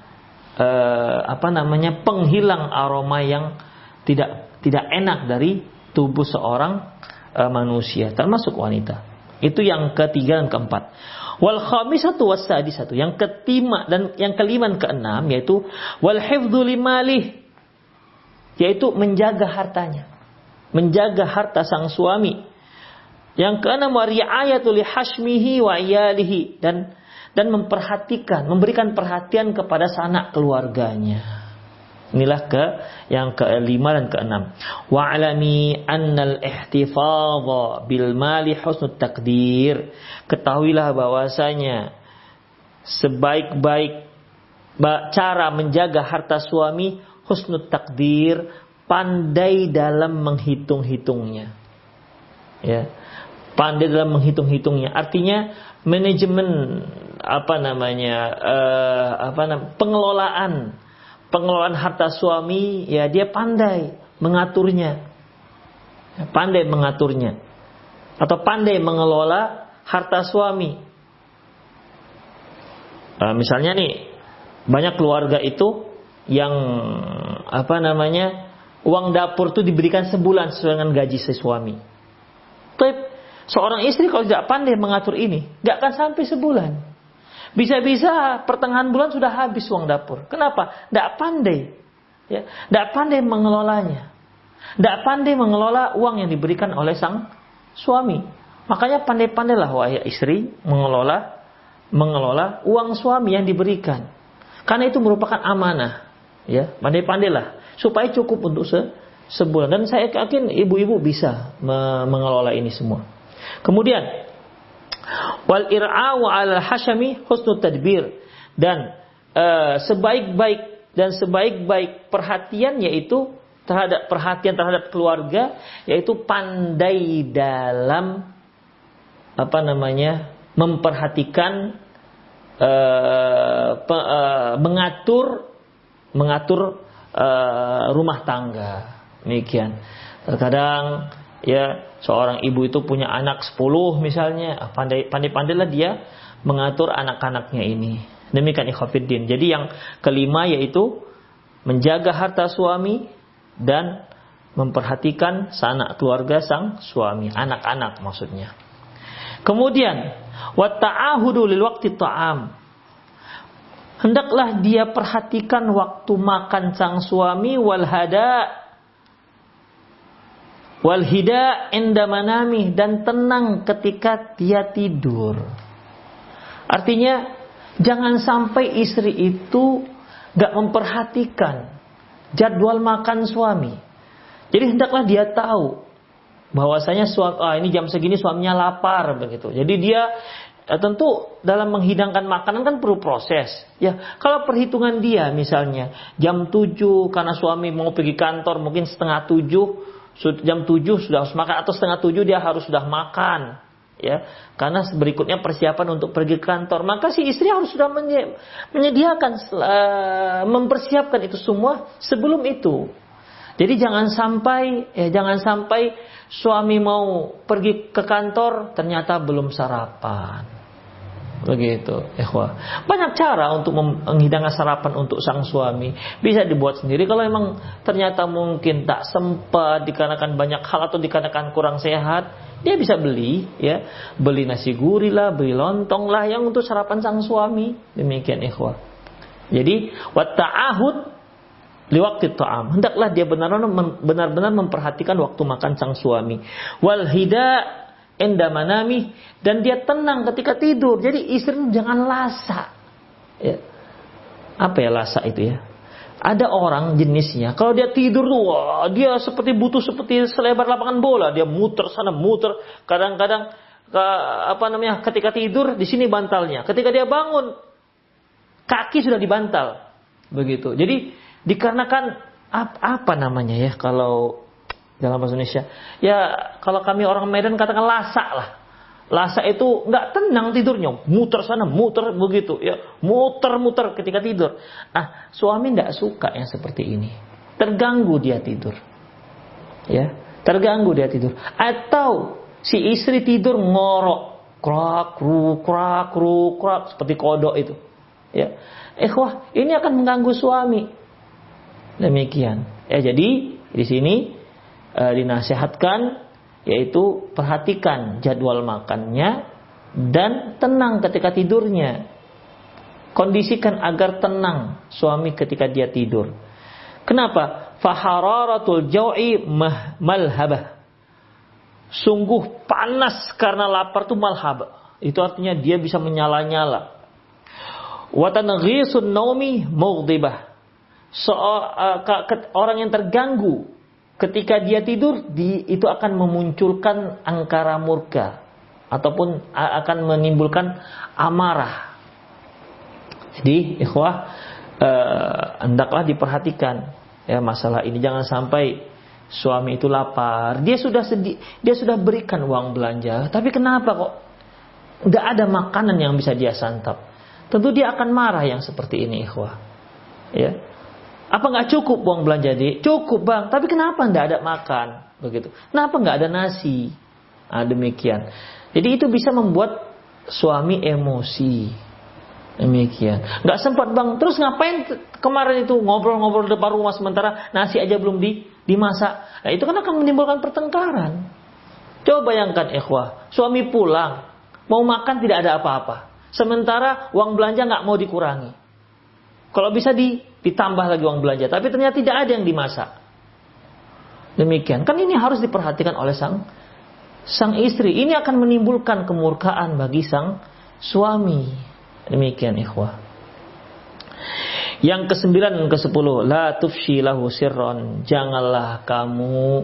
penghilang aroma yang tidak enak dari tubuh seorang manusia, termasuk wanita. Itu yang ketiga dan keempat. Wal khamisatu was sadisatu. Yang kelima dan keenam yaitu wal hifdzu limalih. Yaitu menjaga hartanya. Menjaga harta sang suami. Yang keenam wa ri'ayatu li hashmihi wa iyalihi, dan memperhatikan, memberikan perhatian kepada sanak keluarganya. Inilah yang kelima dan keenam. Wa alami annal ihtifadha bil mali husnut takdir. Ketahuilah bahwasanya sebaik-baik cara menjaga harta suami husnut takdir, pandai dalam menghitung-hitungnya. Ya. Pandai dalam menghitung-hitungnya. Artinya manajemen pengelolaan harta suami, ya dia pandai mengaturnya. Pandai mengaturnya. Atau pandai mengelola harta suami. Misalnya nih, banyak keluarga itu yang uang dapur itu diberikan sebulan sesuai dengan gaji si suami. Tapi seorang istri kalau tidak pandai mengatur ini, nggak akan sampai sebulan. Bisa-bisa pertengahan bulan sudah habis uang dapur. Kenapa? Tidak pandai. Ya, tidak pandai mengelolanya. Tidak pandai mengelola uang yang diberikan oleh sang suami. Makanya pandai-pandailah wahai istri mengelola uang suami yang diberikan. Karena itu merupakan amanah. Ya, pandai-pandailah supaya cukup untuk sebulan. Dan saya yakin ibu-ibu bisa mengelola ini semua. Kemudian wal ir'a'u 'alal hasyami husnul tadbir, dan sebaik-baik perhatian yaitu perhatian terhadap keluarga, yaitu pandai dalam memperhatikan mengatur rumah tangga. Demikian. Terkadang ya seorang ibu itu punya anak 10 misalnya, pandai-pandailah dia mengatur anak-anaknya ini. Demikian ikhwatiddin. Jadi yang kelima yaitu menjaga harta suami dan memperhatikan sanak keluarga sang suami, anak-anak maksudnya. Kemudian wa ta'ahudu lil waqti ta'am. Hendaklah dia perhatikan waktu makan sang suami, wal hida inda manamih, dan tenang ketika dia tidur. Artinya jangan sampai istri itu gak memperhatikan jadwal makan suami. Jadi hendaklah dia tahu bahwasanya ini jam segini suaminya lapar begitu. Jadi dia tentu dalam menghidangkan makanan kan perlu proses. Ya, kalau perhitungan dia misalnya jam 7 karena suami mau pergi kantor mungkin setengah 7, jam 7 sudah harus makan, atau setengah 7 dia harus sudah makan. Ya, karena berikutnya persiapan untuk pergi ke kantor, maka si istri harus sudah menyediakan, mempersiapkan itu semua sebelum itu. Jadi jangan sampai suami mau pergi ke kantor ternyata belum sarapan. Begitu, ikhwah. Banyak cara untuk menghidangkan sarapan untuk sang suami. Bisa dibuat sendiri kalau memang ternyata mungkin tak sempat dikarenakan banyak hal atau dikarenakan kurang sehat, dia bisa beli nasi gurih lah, beli lontong lah yang untuk sarapan sang suami. Demikian, ikhwah. Jadi wat ta'ahud li waqti ta'am. Hendaklah dia benar-benar memperhatikan waktu makan sang suami. Wal hida inda manami, dan dia tenang ketika tidur. Jadi istri jangan lasa. Ya. Apa ya lasa itu ya? Ada orang jenisnya kalau dia tidur tuh dia seperti selebar lapangan bola, dia muter sana muter. Kadang-kadang ketika tidur di sini bantalnya. Ketika dia bangun kaki sudah dibantal. Begitu. Jadi dikarenakan kalau dalam bahasa Indonesia, ya kalau kami orang Medan katakan lasa lah. Lasa itu nggak tenang tidurnya, muter sana, muter begitu, ya muter-muter ketika tidur. Suami nggak suka yang seperti ini, terganggu dia tidur, ya terganggu dia tidur. Atau si istri tidur ngorok, krak, seperti kodok itu, ya. Ini akan mengganggu suami. Demikian. Ya jadi di sini dinasihatkan yaitu perhatikan jadwal makannya dan tenang ketika tidurnya. Kondisikan agar tenang suami ketika dia tidur. Kenapa? Fahararatul jau'i malhabah. Sungguh panas karena lapar itu malhabah. Itu artinya dia bisa menyala-nyala. Wa tanghisun naumi mughdibah. Orang yang terganggu ketika dia tidur, itu akan memunculkan angkara murka ataupun akan menimbulkan amarah. Jadi, ikhwah, hendaklah diperhatikan ya masalah ini. Jangan sampai suami itu lapar. Dia sudah berikan uang belanja, tapi kenapa kok nggak ada makanan yang bisa dia santap? Tentu dia akan marah yang seperti ini, ikhwah. Ya. Apa nggak cukup uang belanja dia? Cukup bang, tapi kenapa nggak ada makan? Begitu. Kenapa nggak ada nasi? Demikian. Jadi itu bisa membuat suami emosi. Demikian. Nggak sempat bang. Terus ngapain kemarin itu ngobrol-ngobrol depan rumah sementara nasi aja belum dimasak? Nah itu kan akan menimbulkan pertengkaran. Coba bayangkan ikhwah, suami pulang mau makan tidak ada apa-apa. Sementara uang belanja nggak mau dikurangi. Kalau bisa ditambah lagi uang belanja, tapi ternyata tidak ada yang dimasak. Demikian. Kan ini harus diperhatikan oleh sang istri. Ini akan menimbulkan kemurkaan bagi sang suami. Demikian ikhwah. Yang ke-9 dan ke-10, la tufshi lahu sirron. Janganlah kamu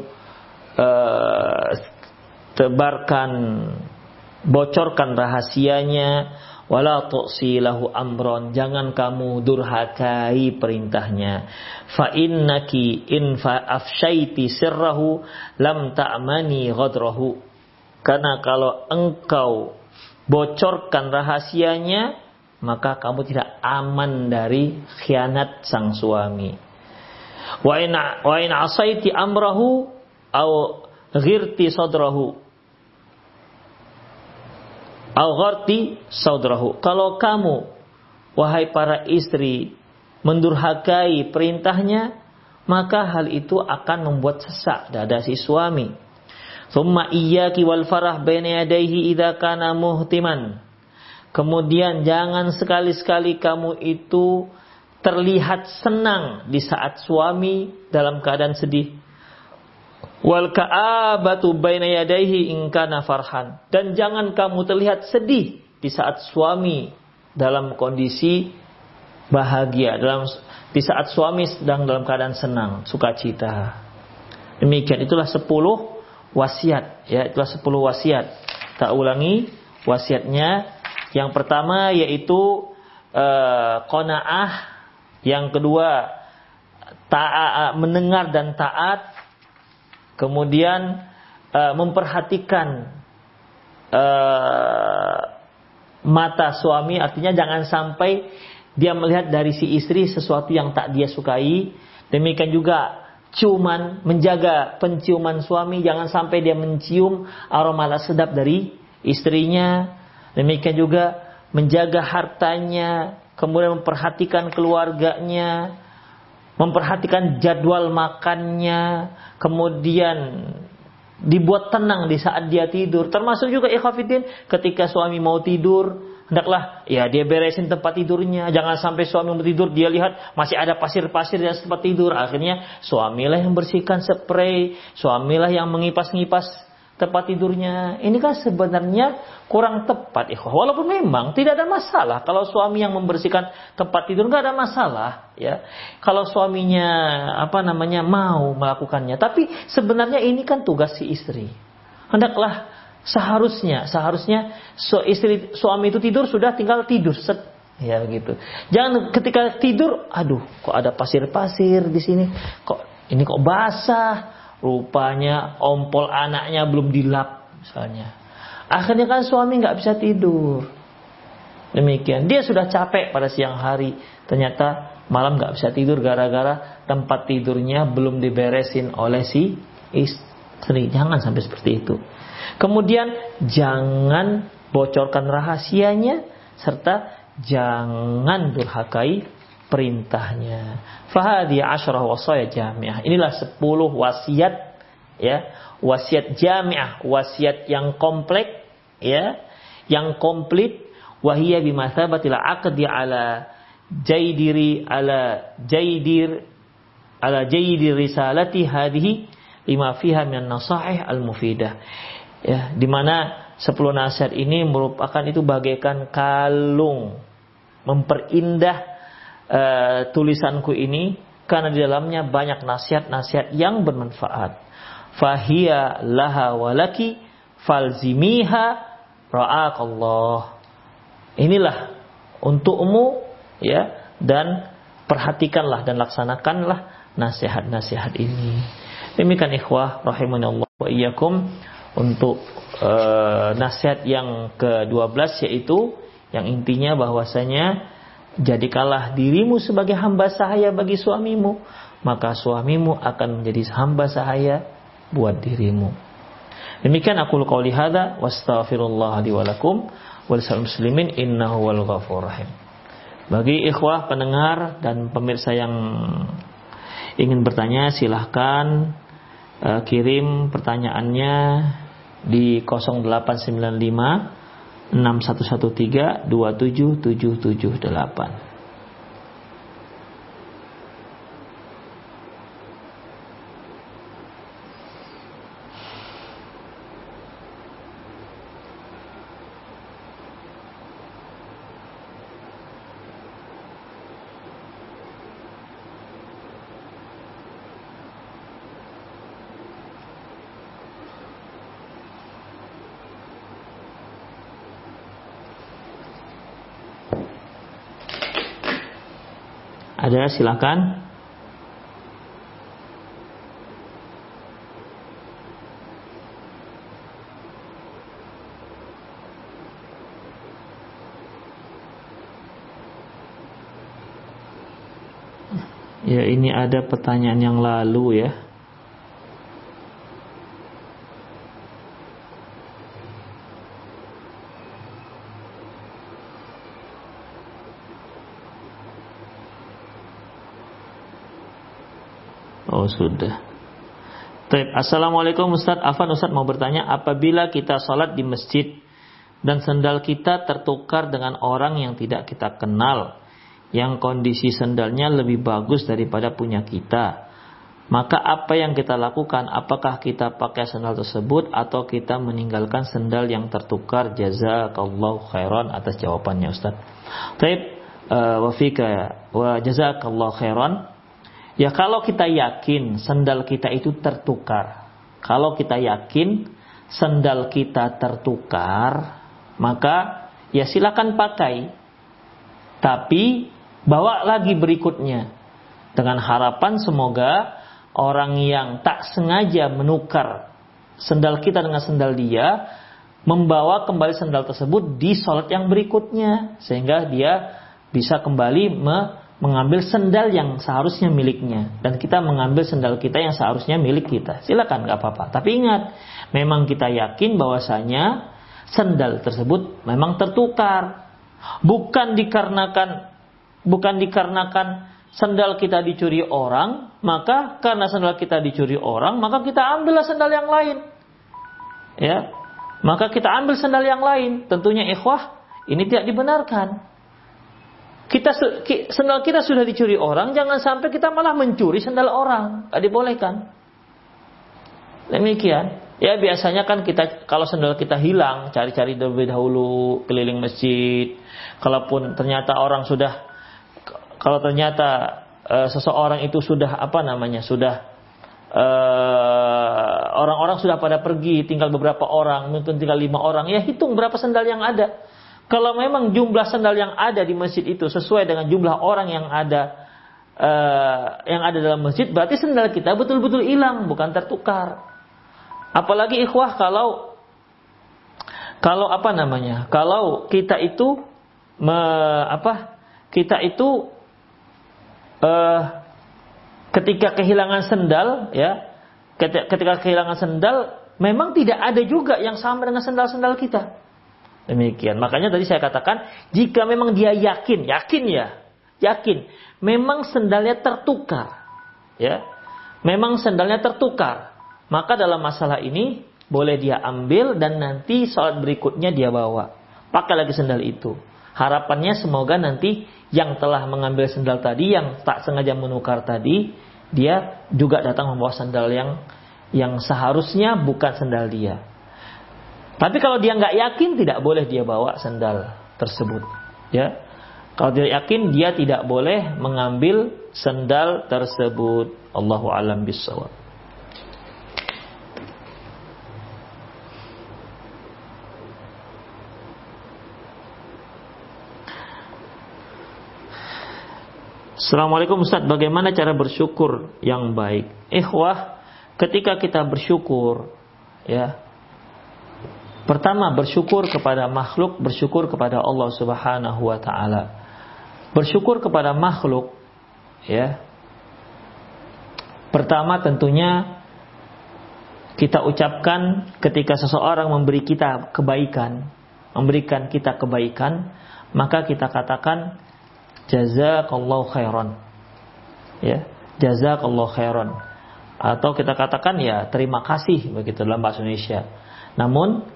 tebarkan, bocorkan rahasianya. Wala tu'si lahu amron. Jangan kamu durhakai perintahnya. Fa innaki in afsyaiti sirrahu lam ta'mani ghadrahu. Karena kalau engkau bocorkan rahasianya, maka kamu tidak aman dari khianat sang suami. Wa in asaiti amrahu aw ghirti sadrahu aw gharti saudrahu. Kalau kamu, wahai para istri, mendurhakai perintahnya, maka hal itu akan membuat sesak dada si suami. Thumma iyyaki wal farah baina yadayhi idza kana muhtiman. Kemudian jangan sekali-sekali kamu itu terlihat senang di saat suami dalam keadaan sedih. Wal ka'abatu baina yadayhi in kana farhan. Dan jangan kamu terlihat sedih di saat suami dalam kondisi bahagia, di saat suami sedang dalam keadaan senang, sukacita. Demikian, itulah 10 wasiat, ya, itulah 10 wasiat. Tak ulangi wasiatnya. Yang pertama yaitu qanaah, yang kedua mendengar dan taat. Kemudian memperhatikan mata suami, artinya jangan sampai dia melihat dari si istri sesuatu yang tak dia sukai. Demikian juga ciuman, menjaga penciuman suami, jangan sampai dia mencium aroma sedap dari istrinya. Demikian juga menjaga hartanya, kemudian memperhatikan keluarganya, memperhatikan jadwal makannya, kemudian dibuat tenang di saat dia tidur. Termasuk juga ikhwatiddin, ketika suami mau tidur, hendaklah ya dia beresin tempat tidurnya. Jangan sampai suami mau tidur dia lihat masih ada pasir-pasir di tempat tidur. Akhirnya suamilah yang bersihkan spray, suamilah yang mengipas-ngipas tempat tidurnya. Ini kan sebenarnya kurang tepat, ikhwah. Walaupun memang tidak ada masalah kalau suami yang membersihkan tempat tidur, nggak ada masalah, ya. Kalau suaminya mau melakukannya, tapi sebenarnya ini kan tugas si istri. Hendaklah seharusnya suami itu tidur sudah tinggal tidur, ya begitu. Jangan ketika tidur, aduh, kok ada pasir-pasir di sini, kok basah. Rupanya ompol anaknya belum dilap misalnya. Akhirnya kan suami nggak bisa tidur. Demikian. Dia sudah capek pada siang hari. Ternyata malam nggak bisa tidur gara-gara tempat tidurnya belum diberesin oleh si istri. Jangan sampai seperti itu. Kemudian jangan bocorkan rahasianya, serta jangan durhakai perintahnya. Fahadi 10 wasaya jami'ah. Inilah 10 wasiat, ya, wasiat jami'ah, wasiat yang komplek, ya, yang komplit. Wahiyya bimathabatil aqdi ala jaydir risalati hadhihi lima fiha min nasaih al-mufidah. Ya, di mana 10 nasihat ini merupakan itu bagaikan kalung memperindah tulisanku ini, karena di dalamnya banyak nasihat-nasihat yang bermanfaat. Fahiya laha walaki falzimiha ra'akallah. Inilah untukmu, ya, dan perhatikanlah dan laksanakanlah nasihat-nasihat ini. Demikian ikhwah rahimanallah wa iyyakum untuk nasihat yang ke-12, yaitu yang intinya bahwasanya jadikanlah dirimu sebagai hamba sahaya bagi suamimu, maka suamimu akan menjadi hamba sahaya buat dirimu. Demikian aku qouli hadza wastaghfirullah li wa lakum wa lisal muslimin innahu wal ghafurur rahim. Bagi ikhwah pendengar dan pemirsa yang ingin bertanya, silahkan kirim pertanyaannya di 0895 6113 27778. Ada, silakan. Ya, ini ada pertanyaan yang lalu ya. Oh, sudah. Baik, Assalamualaikum Ustaz. Afan, Ustaz mau bertanya, apabila kita sholat di masjid dan sendal kita tertukar dengan orang yang tidak kita kenal, yang kondisi sendalnya lebih bagus daripada punya kita, maka apa yang kita lakukan? Apakah kita pakai sendal tersebut atau kita meninggalkan sendal yang tertukar? Jazakallahu khairan atas jawabannya Ustaz. Baik, wa fika wa jazakallahu khairan. Ya, kalau kita yakin sendal kita itu tertukar, kalau kita yakin sendal kita tertukar, maka ya silakan pakai. Tapi bawa lagi berikutnya dengan harapan semoga orang yang tak sengaja menukar sendal kita dengan sendal dia membawa kembali sendal tersebut di sholat yang berikutnya, sehingga dia bisa kembali mengambil sendal yang seharusnya miliknya, dan kita mengambil sendal kita yang seharusnya milik kita. Silakan, gak apa-apa. Tapi ingat, memang kita yakin bahwasanya sendal tersebut memang tertukar, bukan dikarenakan sendal kita dicuri orang, maka karena sendal kita dicuri orang, maka kita ambillah sendal yang lain. Ya, maka kita ambil sandal yang lain. Tentunya ikhwah, ini tidak dibenarkan. Sandal kita sudah dicuri orang, jangan sampai kita malah mencuri sandal orang. Tidak dibolehkan. Demikian. Ya, biasanya kan kita, kalau sandal kita hilang, cari-cari terlebih dahulu keliling masjid. Kalaupun ternyata seseorang itu sudah orang-orang sudah pada pergi, tinggal beberapa orang, mungkin tinggal 5 orang, ya hitung berapa sandal yang ada. Kalau memang jumlah sandal yang ada di masjid itu sesuai dengan jumlah orang yang ada dalam masjid, berarti sandal kita betul-betul hilang, bukan tertukar. Apalagi ikhwah kalau kita itu ketika kehilangan sandal, ya, ketika kehilangan sandal, memang tidak ada juga yang sama dengan sandal-sandal kita. Demikian. Makanya tadi saya katakan, jika memang dia yakin, memang sandalnya tertukar, ya, memang sandalnya tertukar, maka dalam masalah ini boleh dia ambil dan nanti salat berikutnya dia bawa, pakai lagi sandal itu. Harapannya semoga nanti yang telah mengambil sandal tadi, yang tak sengaja menukar tadi, dia juga datang membawa sandal yang seharusnya bukan sandal dia. Tapi kalau dia nggak yakin, tidak boleh dia bawa sandal tersebut. Ya, kalau dia yakin, dia tidak boleh mengambil sandal tersebut. Allahu a'lam bishawab. Assalamualaikum Ustaz, bagaimana cara bersyukur yang baik? Ikhwah, ketika kita bersyukur, ya, pertama bersyukur kepada makhluk, bersyukur kepada Allah Subhanahu wa taala. Bersyukur kepada makhluk, ya. Pertama tentunya kita ucapkan ketika seseorang memberi kita kebaikan, memberikan kita kebaikan, maka kita katakan jazakallahu khairan. Ya, jazakallahu khairan. Atau kita katakan ya terima kasih, begitu dalam bahasa Indonesia. Namun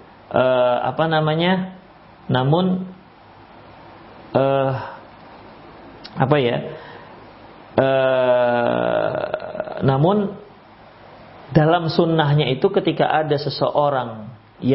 namun dalam sunnahnya itu ketika ada seseorang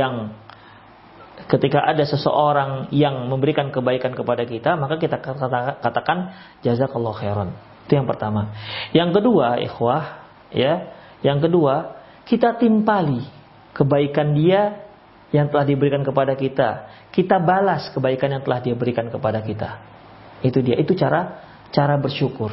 yang memberikan kebaikan kepada kita, maka kita katakan jazakallahu khairan. Itu yang pertama. Yang kedua, ikhwah, ya, kita timpali kebaikan dia yang telah diberikan kepada kita. Kita balas kebaikan yang telah dia berikan kepada kita. Itu dia. Itu cara cara bersyukur.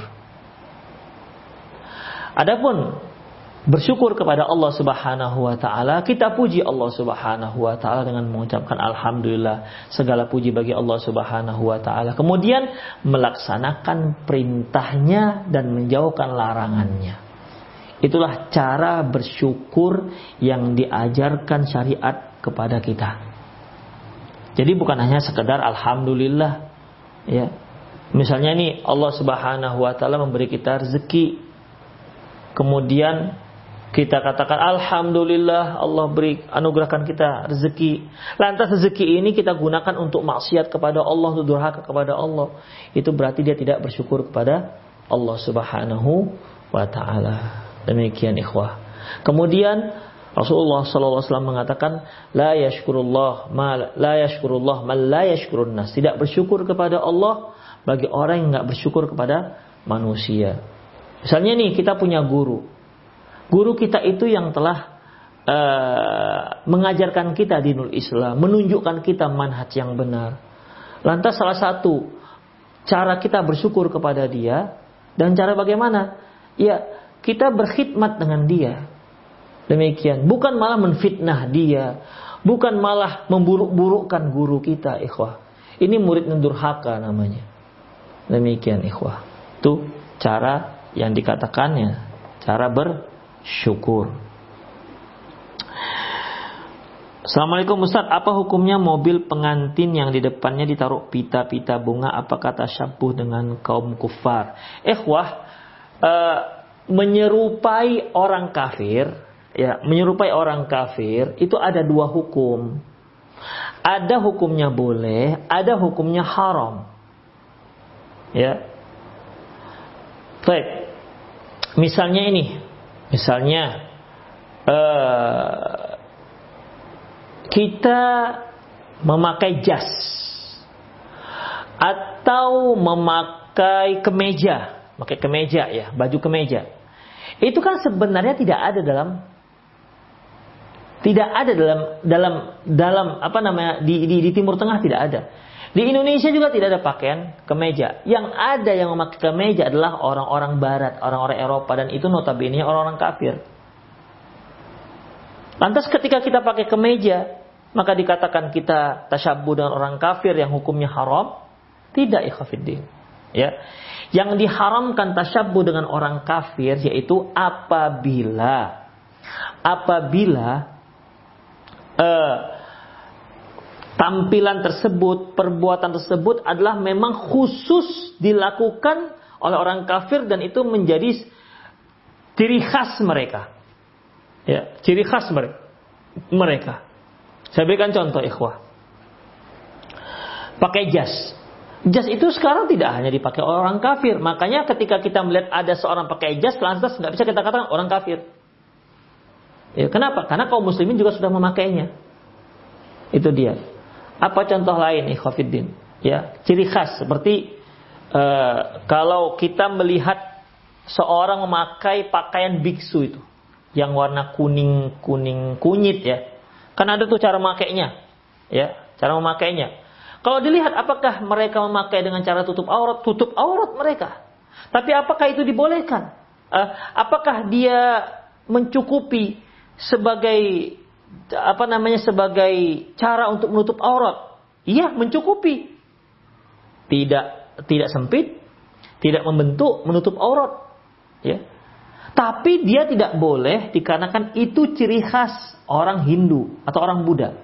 Adapun bersyukur kepada Allah Subhanahu wa taala, kita puji Allah Subhanahu wa taala dengan mengucapkan alhamdulillah, segala puji bagi Allah Subhanahu wa taala. Kemudian melaksanakan perintahnya dan menjauhkan larangannya. Itulah cara bersyukur yang diajarkan syariat kepada kita. Jadi bukan hanya sekedar alhamdulillah, ya. Misalnya nih Allah Subhanahu wa taala memberi kita rezeki. Kemudian kita katakan alhamdulillah Allah anugerahkan kita rezeki. Lantas rezeki ini kita gunakan untuk maksiat kepada Allah, untuk durhaka kepada Allah. Itu berarti dia tidak bersyukur kepada Allah Subhanahu wa taala. Demikian ikhwah. Kemudian Rasulullah SAW mengatakan la yashkurullah man la yashkurun nas. Tidak bersyukur kepada Allah bagi orang yang enggak bersyukur kepada manusia. Misalnya nih kita punya guru. Guru kita itu yang telah mengajarkan kita dinul Islam, menunjukkan kita manhaj yang benar. Lantas salah satu cara kita bersyukur kepada dia, dan cara bagaimana? Ya, kita berkhidmat dengan dia. Demikian, bukan malah menfitnah dia, bukan malah memburuk-burukkan guru kita, ikhwah. Ini murid durhaka namanya. Demikian ikhwah. Itu cara yang dikatakannya cara bersyukur. Assalamualaikum Ustaz, apa hukumnya mobil pengantin yang di depannya ditaruh pita-pita bunga? Apakah tasyabbuh dengan kaum kufar? Menyerupai orang kafir, ya, menyerupai orang kafir itu ada dua hukum. Ada hukumnya boleh, ada hukumnya haram. Ya. Baik. Misalnya kita memakai jas atau memakai kemeja, ya, baju kemeja. Itu kan sebenarnya tidak ada dalam apa namanya di Timur Tengah tidak ada. Di Indonesia juga tidak ada pakaian kemeja. Yang ada yang memakai kemeja adalah orang-orang barat, orang-orang Eropa, dan itu notabene orang-orang kafir. Lantas ketika kita pakai kemeja, maka dikatakan kita tasyabbuh dengan orang kafir yang hukumnya haram? Tidak, ikhwafiddin. Ya. Yang diharamkan tasyabbuh dengan orang kafir yaitu apabila tampilan tersebut, perbuatan tersebut adalah memang khusus dilakukan oleh orang kafir dan itu menjadi ciri khas mereka. Ya, ciri khas mereka. Saya berikan contoh, ikhwah. Pakai jas. Jas itu sekarang tidak hanya dipakai oleh orang kafir. Makanya ketika kita melihat ada seorang pakai jas, lantas nggak bisa kita katakan orang kafir. Ya, kenapa? Karena kaum muslimin juga sudah memakainya. Itu dia. Apa contoh lain, ikhwafiddin? Ya, ciri khas seperti kalau kita melihat seorang memakai pakaian biksu itu yang warna kuning kunyit, ya. Kan ada tuh cara memakainya, ya, cara memakainya. Kalau dilihat apakah mereka memakai dengan cara tutup aurat mereka. Tapi apakah itu dibolehkan? Apakah dia mencukupi sebagai sebagai cara untuk menutup aurat? Iya, mencukupi. Tidak sempit, tidak membentuk, menutup aurat. Ya. Tapi dia tidak boleh dikarenakan itu ciri khas orang Hindu atau orang Buddha.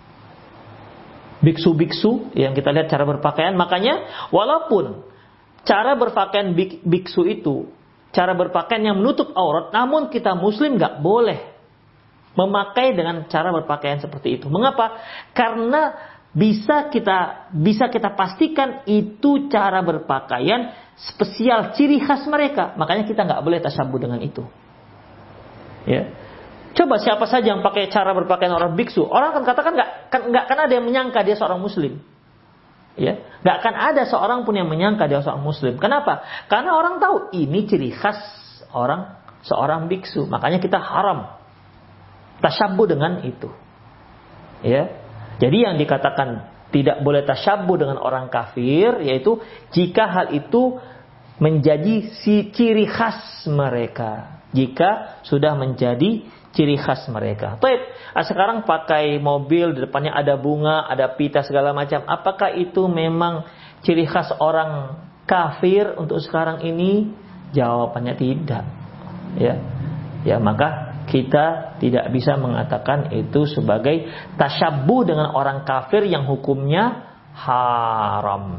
Biksu-biksu yang kita lihat cara berpakaian, makanya walaupun cara berpakaian biksu itu cara berpakaian yang menutup aurat, namun kita muslim nggak boleh memakai dengan cara berpakaian seperti itu. Mengapa? Karena bisa kita pastikan itu cara berpakaian spesial, ciri khas mereka. Makanya kita nggak boleh tasyabbuh dengan itu. Ya. Coba siapa saja yang pakai cara berpakaian orang biksu, orang akan katakan nggak akan ada yang menyangka dia seorang muslim. Ya, nggak akan ada seorang pun yang menyangka dia seorang muslim. Kenapa? Karena orang tahu ini ciri khas seorang biksu. Makanya kita haram tasyabbuh dengan itu. Ya. Jadi yang dikatakan tidak boleh tasyabbuh dengan orang kafir yaitu jika hal itu menjadi ciri khas mereka. Jika sudah menjadi ciri khas mereka. Baik, sekarang pakai mobil, di depannya ada bunga, ada pita segala macam. Apakah itu memang ciri khas orang kafir untuk sekarang ini? Jawabannya tidak. Ya, maka kita tidak bisa mengatakan itu sebagai tasyabbuh dengan orang kafir yang hukumnya haram.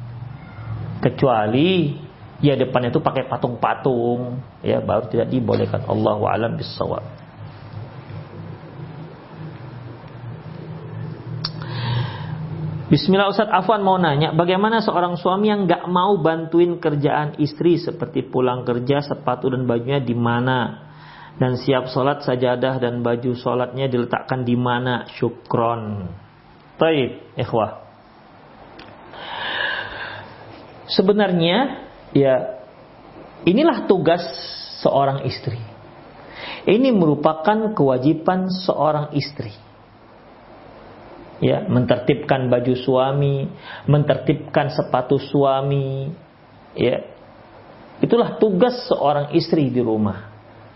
Kecuali ya depannya itu pakai patung-patung, ya baru tidak dibolehkan. Allahu a'lam bissawab. Bismillah, Ustaz Afwan mau nanya, bagaimana seorang suami yang gak mau bantuin kerjaan istri seperti pulang kerja, sepatu dan bajunya di mana, dan siap sholat, sajadah dan baju sholatnya diletakkan di mana? Syukron. Baik, ikhwah. Sebenarnya ya inilah tugas seorang istri. Ini merupakan kewajiban seorang istri. Ya, mentertibkan baju suami, mentertibkan sepatu suami, ya. Itulah tugas seorang istri di rumah.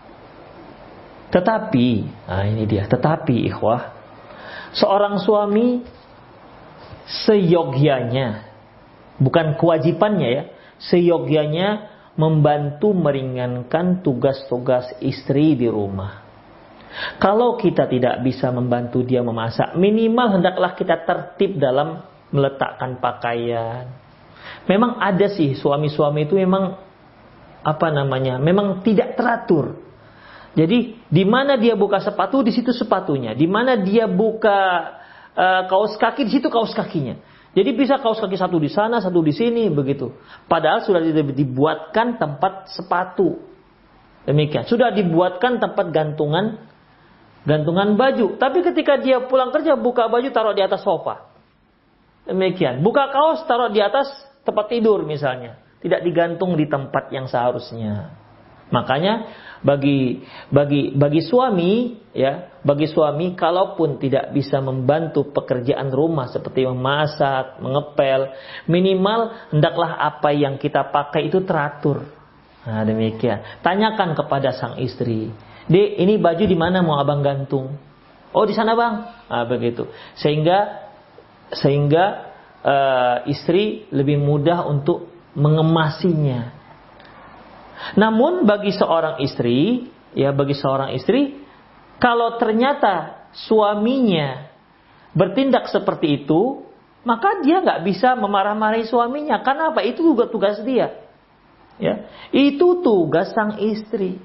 Tetapi, tetapi ikhwah, seorang suami seyogyanya, bukan kewajibannya ya, seyogyanya membantu meringankan tugas-tugas istri di rumah. Kalau kita tidak bisa membantu dia memasak, minimal hendaklah kita tertib dalam meletakkan pakaian. Memang ada sih suami-suami itu memang memang tidak teratur. Jadi di mana dia buka sepatu, di situ sepatunya. Di mana dia buka kaos kaki, di situ kaos kakinya. Jadi bisa kaos kaki satu di sana, satu di sini, begitu. Padahal sudah dibuatkan tempat sepatu. Demikian. Sudah dibuatkan tempat gantungan baju. Tapi ketika dia pulang kerja, buka baju taruh di atas sofa. Demikian. Buka kaos taruh di atas tempat tidur misalnya. Tidak digantung di tempat yang seharusnya. Makanya bagi suami ya, bagi suami kalaupun tidak bisa membantu pekerjaan rumah seperti memasak, mengepel, minimal hendaklah apa yang kita pakai itu teratur. Nah, demikian. Tanyakan kepada sang istri, "Dek, ini baju di mana mau abang gantung?" "Oh, di sana, Bang." Nah, begitu. Sehingga istri lebih mudah untuk mengemasinya. Namun bagi seorang istri, kalau ternyata suaminya bertindak seperti itu, maka dia nggak bisa memarah-marahi suaminya. Karena apa? Itu juga tugas dia. Ya, itu tugas sang istri.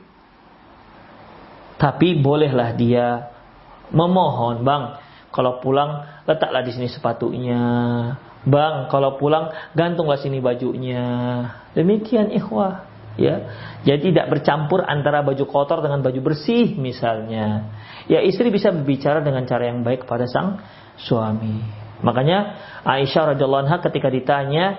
Tapi bolehlah dia memohon, "Bang, kalau pulang letaklah di sini sepatunya. Bang, kalau pulang gantunglah sini bajunya." Demikian ikhwah. Ya, jadi tidak bercampur antara baju kotor dengan baju bersih misalnya. Ya, istri bisa berbicara dengan cara yang baik kepada sang suami. Makanya Aisyah radhiyallahu anha ketika ditanya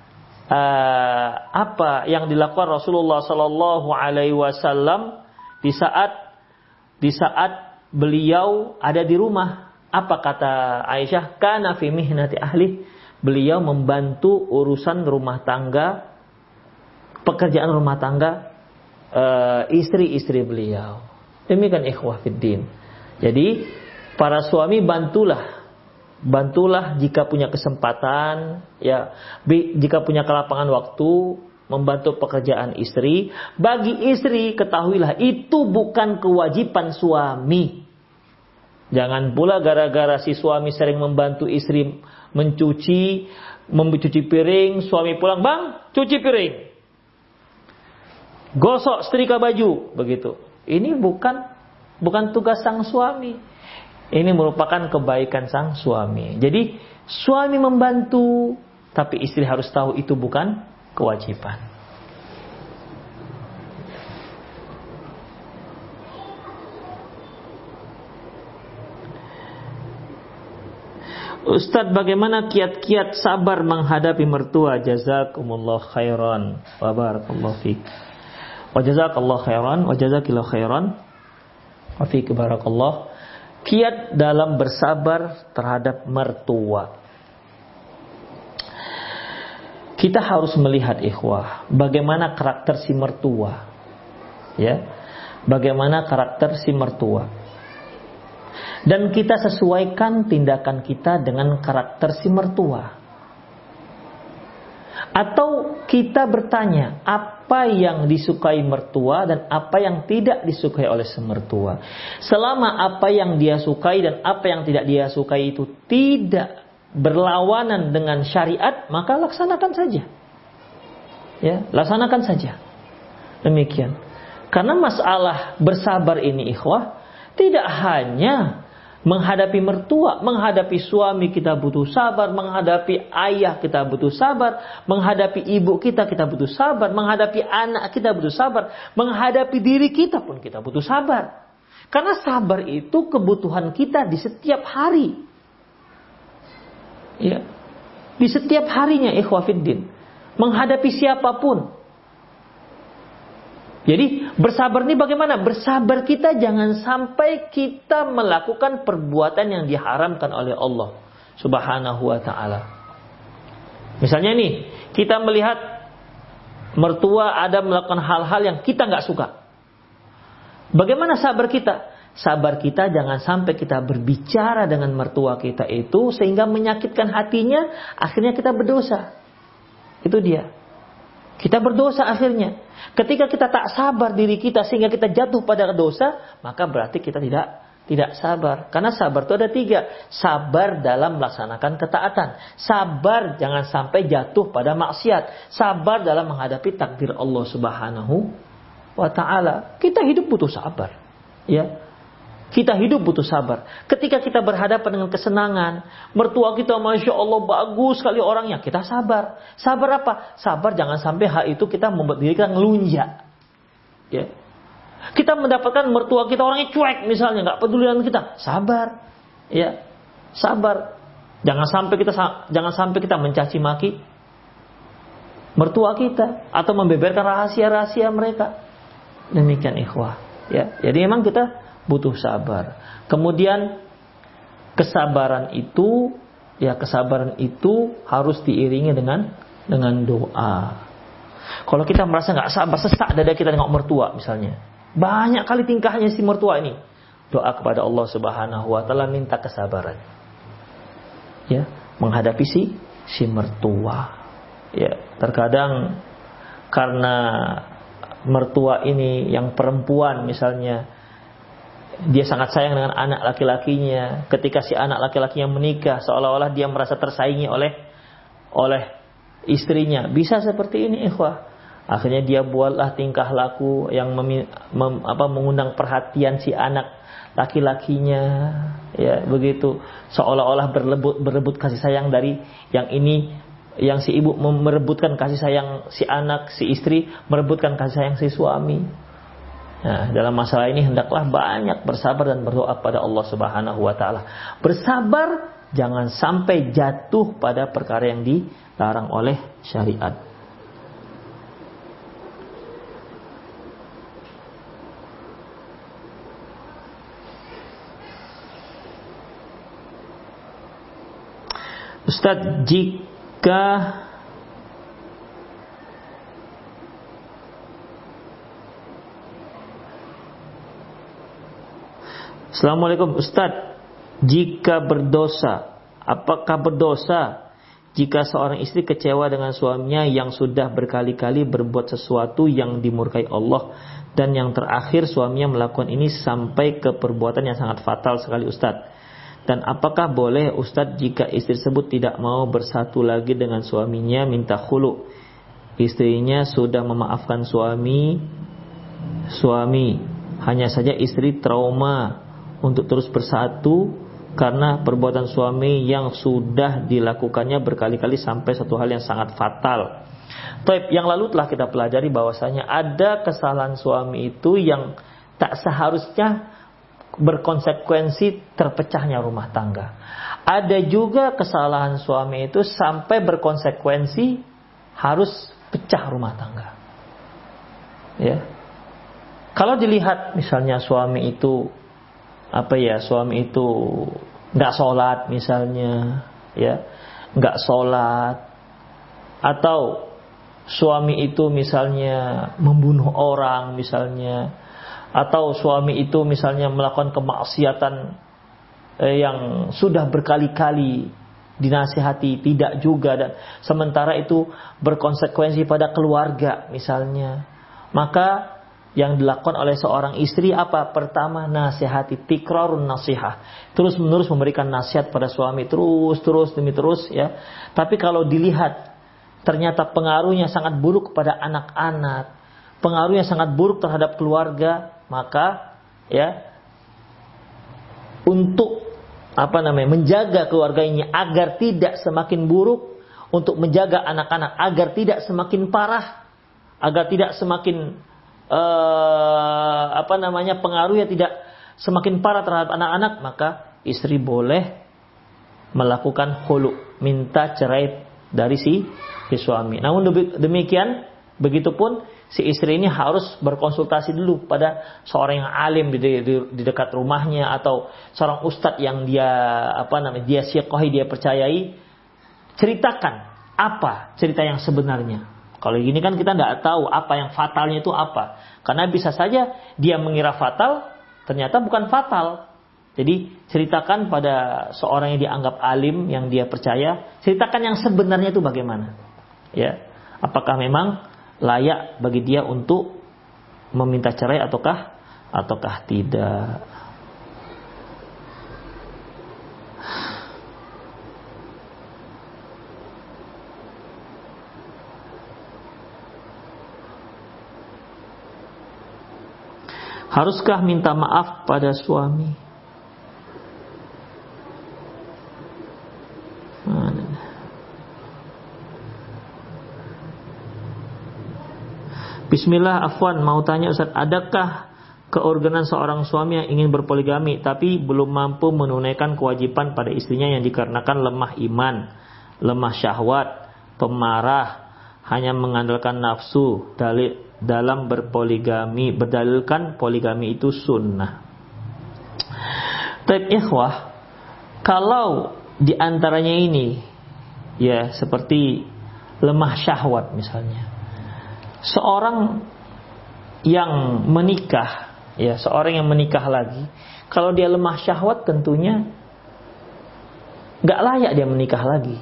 apa yang dilakukan Rasulullah sallallahu alaihi wasallam di saat beliau ada di rumah, apa kata Aisyah? Kana fi mihnati ahli. Beliau membantu urusan rumah tangga, pekerjaan rumah tangga istri-istri beliau. Demikian ikhwah fiddin. Jadi para suami bantulah jika punya kesempatan, ya, jika punya kelapangan waktu membantu pekerjaan istri. Bagi istri ketahuilah itu bukan kewajiban suami. Jangan pula gara-gara si suami sering membantu istri mencuci piring, suami pulang, "Bang, cuci piring. Gosok setrika baju," begitu. Ini bukan tugas sang suami. Ini merupakan kebaikan sang suami. Jadi suami membantu, tapi istri harus tahu itu bukan kewajiban. Ustadz, bagaimana kiat-kiat sabar menghadapi mertua? Jazakumullah khairan wa barakallahu fiik. Wa jazakallahu khairan wa jazakillahu khairan wa fiik barakallah. Kiat dalam bersabar terhadap mertua. kita harus melihat ikhwah, bagaimana karakter si mertua. Ya. Bagaimana karakter si mertua. Dan kita sesuaikan tindakan kita dengan karakter si mertua. Atau kita bertanya, apa yang disukai mertua dan apa yang tidak disukai oleh si mertua. Selama apa yang dia sukai dan apa yang tidak dia sukai itu tidak berlawanan dengan syariat, maka laksanakan saja. Ya, laksanakan saja. Demikian. Karena masalah bersabar ini ikhwah, tidak hanya menghadapi mertua, menghadapi suami kita butuh sabar, menghadapi ayah kita butuh sabar, menghadapi ibu kita butuh sabar, menghadapi anak kita butuh sabar, menghadapi diri kita pun kita butuh sabar. Karena sabar itu kebutuhan kita di setiap hari. Ya. Di setiap harinya ikhwah fiddin, menghadapi siapapun. Jadi bersabar ini bagaimana? Bersabar kita jangan sampai kita melakukan perbuatan yang diharamkan oleh Allah Subhanahu wa ta'ala. Misalnya nih, kita melihat mertua ada melakukan hal-hal yang kita nggak suka. Bagaimana sabar kita? Sabar kita jangan sampai kita berbicara dengan mertua kita itu sehingga menyakitkan hatinya, akhirnya kita berdosa. Itu dia. Kita berdosa akhirnya. Ketika kita tak sabar diri kita sehingga kita jatuh pada dosa, maka berarti kita tidak sabar. Karena sabar itu ada 3. Sabar dalam melaksanakan ketaatan. Sabar jangan sampai jatuh pada maksiat. Sabar dalam menghadapi takdir Allah Subhanahu wa ta'ala. Kita hidup butuh sabar. Ya. Kita hidup butuh sabar. Ketika kita berhadapan dengan kesenangan, mertua kita Masya Allah bagus sekali orangnya, kita sabar. Sabar apa? Sabar jangan sampai hal itu kita membuat diri kita ngelunjak. Ya. Kita mendapatkan mertua kita orangnya cuek misalnya, nggak peduli dengan kita. Sabar. Ya. Sabar. Jangan sampai kita mencaci maki mertua kita atau membeberkan rahasia-rahasia mereka. Demikian ikhwah. Ya. Jadi memang kita butuh sabar. Kemudian kesabaran itu harus diiringi dengan doa. Kalau kita merasa nggak sabar, sesak dada kita nengok mertua misalnya, banyak kali tingkahnya si mertua ini, doa kepada Allah Subhanahu wa ta'ala, minta kesabaran. Ya, menghadapi si mertua. Ya, terkadang karena mertua ini yang perempuan misalnya, dia sangat sayang dengan anak laki-lakinya. Ketika si anak laki-lakinya menikah, seolah-olah dia merasa tersaingi oleh istrinya. Bisa seperti ini ikhwah. Akhirnya dia buatlah tingkah laku yang mengundang perhatian si anak laki-lakinya. Ya, begitu. Seolah-olah berebut kasih sayang dari yang ini, yang si ibu merebutkan kasih sayang si anak, si istri merebutkan kasih sayang si suami. Nah, dalam masalah ini hendaklah banyak bersabar dan berdoa pada Allah Subhanahu wa ta'ala. Bersabar jangan sampai jatuh pada perkara yang dilarang oleh syariat. Ustadz, jika Assalamualaikum Ustadz, jika berdosa, apakah berdosa jika seorang istri kecewa dengan suaminya yang sudah berkali-kali berbuat sesuatu yang dimurkai Allah, dan yang terakhir suaminya melakukan ini sampai ke perbuatan yang sangat fatal sekali Ustadz? Dan apakah boleh Ustadz jika istri tersebut tidak mau bersatu lagi dengan suaminya, minta khulu? Istrinya sudah memaafkan suami, hanya saja istri trauma untuk terus bersatu karena perbuatan suami yang sudah dilakukannya berkali-kali sampai satu hal yang sangat fatal. Taib, yang lalu telah kita pelajari bahwasanya ada kesalahan suami itu yang tak seharusnya berkonsekuensi terpecahnya rumah tangga. Ada juga kesalahan suami itu sampai berkonsekuensi harus pecah rumah tangga. Ya. Kalau dilihat misalnya suami itu nggak sholat misalnya, ya, nggak sholat, atau suami itu misalnya membunuh orang misalnya, atau suami itu misalnya melakukan kemaksiatan yang sudah berkali-kali dinasihati tidak juga, dan sementara itu berkonsekuensi pada keluarga misalnya, maka yang dilakukan oleh seorang istri apa? Pertama, nasihati, tikrarun nasihah, terus menerus memberikan nasihat pada suami, terus demi terus ya. Tapi kalau dilihat ternyata pengaruhnya sangat buruk kepada anak-anak, pengaruhnya sangat buruk terhadap keluarga, maka ya untuk menjaga keluarganya agar tidak semakin buruk, untuk menjaga anak-anak agar tidak semakin parah, agar tidak semakin pengaruhnya tidak semakin parah terhadap anak-anak, maka istri boleh melakukan khulu, minta cerai dari si suami. Namun demikian, begitupun si istri ini harus berkonsultasi dulu pada seorang yang alim di dekat rumahnya, atau seorang ustadz yang dia syiqahi, dia percayai. Ceritakan apa cerita yang sebenarnya. Kalau gini kan kita nggak tahu apa yang fatalnya itu apa, karena bisa saja dia mengira fatal, ternyata bukan fatal. Jadi ceritakan pada seorang yang dianggap alim, yang dia percaya, ceritakan yang sebenarnya itu bagaimana. Ya, apakah memang layak bagi dia untuk meminta cerai ataukah tidak. Haruskah minta maaf pada suami? Bismillah, afwan, mau tanya Ustaz, adakah keorganan seorang suami yang ingin berpoligami tapi belum mampu menunaikan kewajiban pada istrinya yang dikarenakan lemah iman, lemah syahwat, pemarah, hanya mengandalkan nafsu, dalam berpoligami, berdalilkan poligami itu sunnah. Tapi ikhwah, kalau di antaranya ini ya seperti lemah syahwat misalnya, seorang yang menikah, ya seorang yang menikah lagi, kalau dia lemah syahwat tentunya nggak layak dia menikah lagi.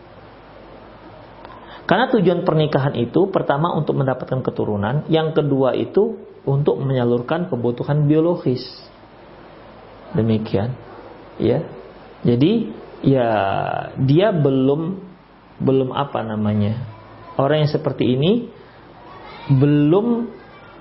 Karena tujuan pernikahan itu pertama untuk mendapatkan keturunan, yang kedua itu untuk menyalurkan kebutuhan biologis. Demikian, ya. Jadi ya dia belum orang yang seperti ini belum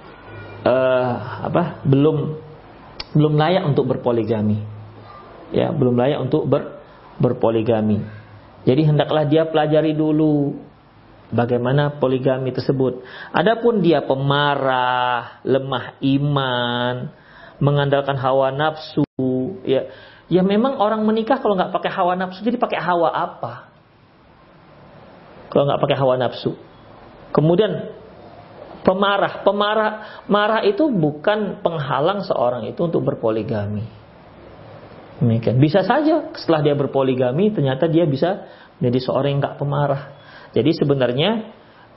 layak untuk berpoligami. Ya, belum layak untuk berpoligami. Jadi hendaklah dia pelajari dulu bagaimana poligami tersebut. Adapun dia pemarah, lemah iman, mengandalkan hawa nafsu, ya memang orang menikah kalau nggak pakai hawa nafsu, jadi pakai hawa apa? Kalau nggak pakai hawa nafsu. Kemudian marah itu bukan penghalang seorang itu untuk berpoligami. Demikian. Bisa saja setelah dia berpoligami ternyata dia bisa menjadi seorang yang nggak pemarah. Jadi sebenarnya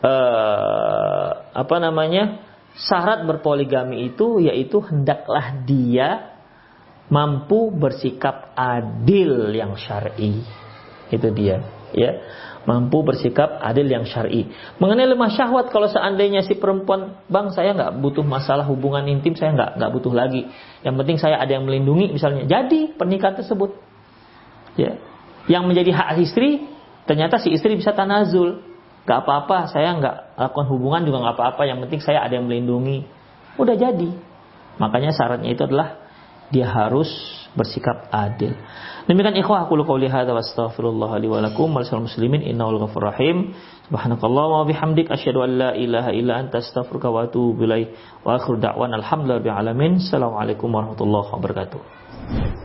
syarat berpoligami itu yaitu hendaklah dia mampu bersikap adil yang syar'i. Itu dia, ya. Mampu bersikap adil yang syar'i. Mengenai lemah syahwat, kalau seandainya si perempuan, bang saya nggak butuh masalah hubungan intim, saya nggak butuh lagi. Yang penting saya ada yang melindungi misalnya. Jadi pernikahan tersebut, ya, yang menjadi hak istri, ternyata si istri bisa tanazul. Gak apa-apa, saya nggak lakukan hubungan juga nggak apa-apa. Yang penting saya ada yang melindungi. Udah jadi. Makanya syaratnya itu adalah dia harus bersikap adil. Demikian ikhwah, aku qouli hadza wa astaghfirullah li wa lakum wa lisal muslimin innahu ghafurur rahim. Subhanakallahumma wa bihamdik asyhadu an la ilaha illa anta astaghfiruka wa atubu ilaik. Wa akhiru da'wana alhamdulillahi rabbil alamin. Assalamualaikum warahmatullahi wabarakatuh.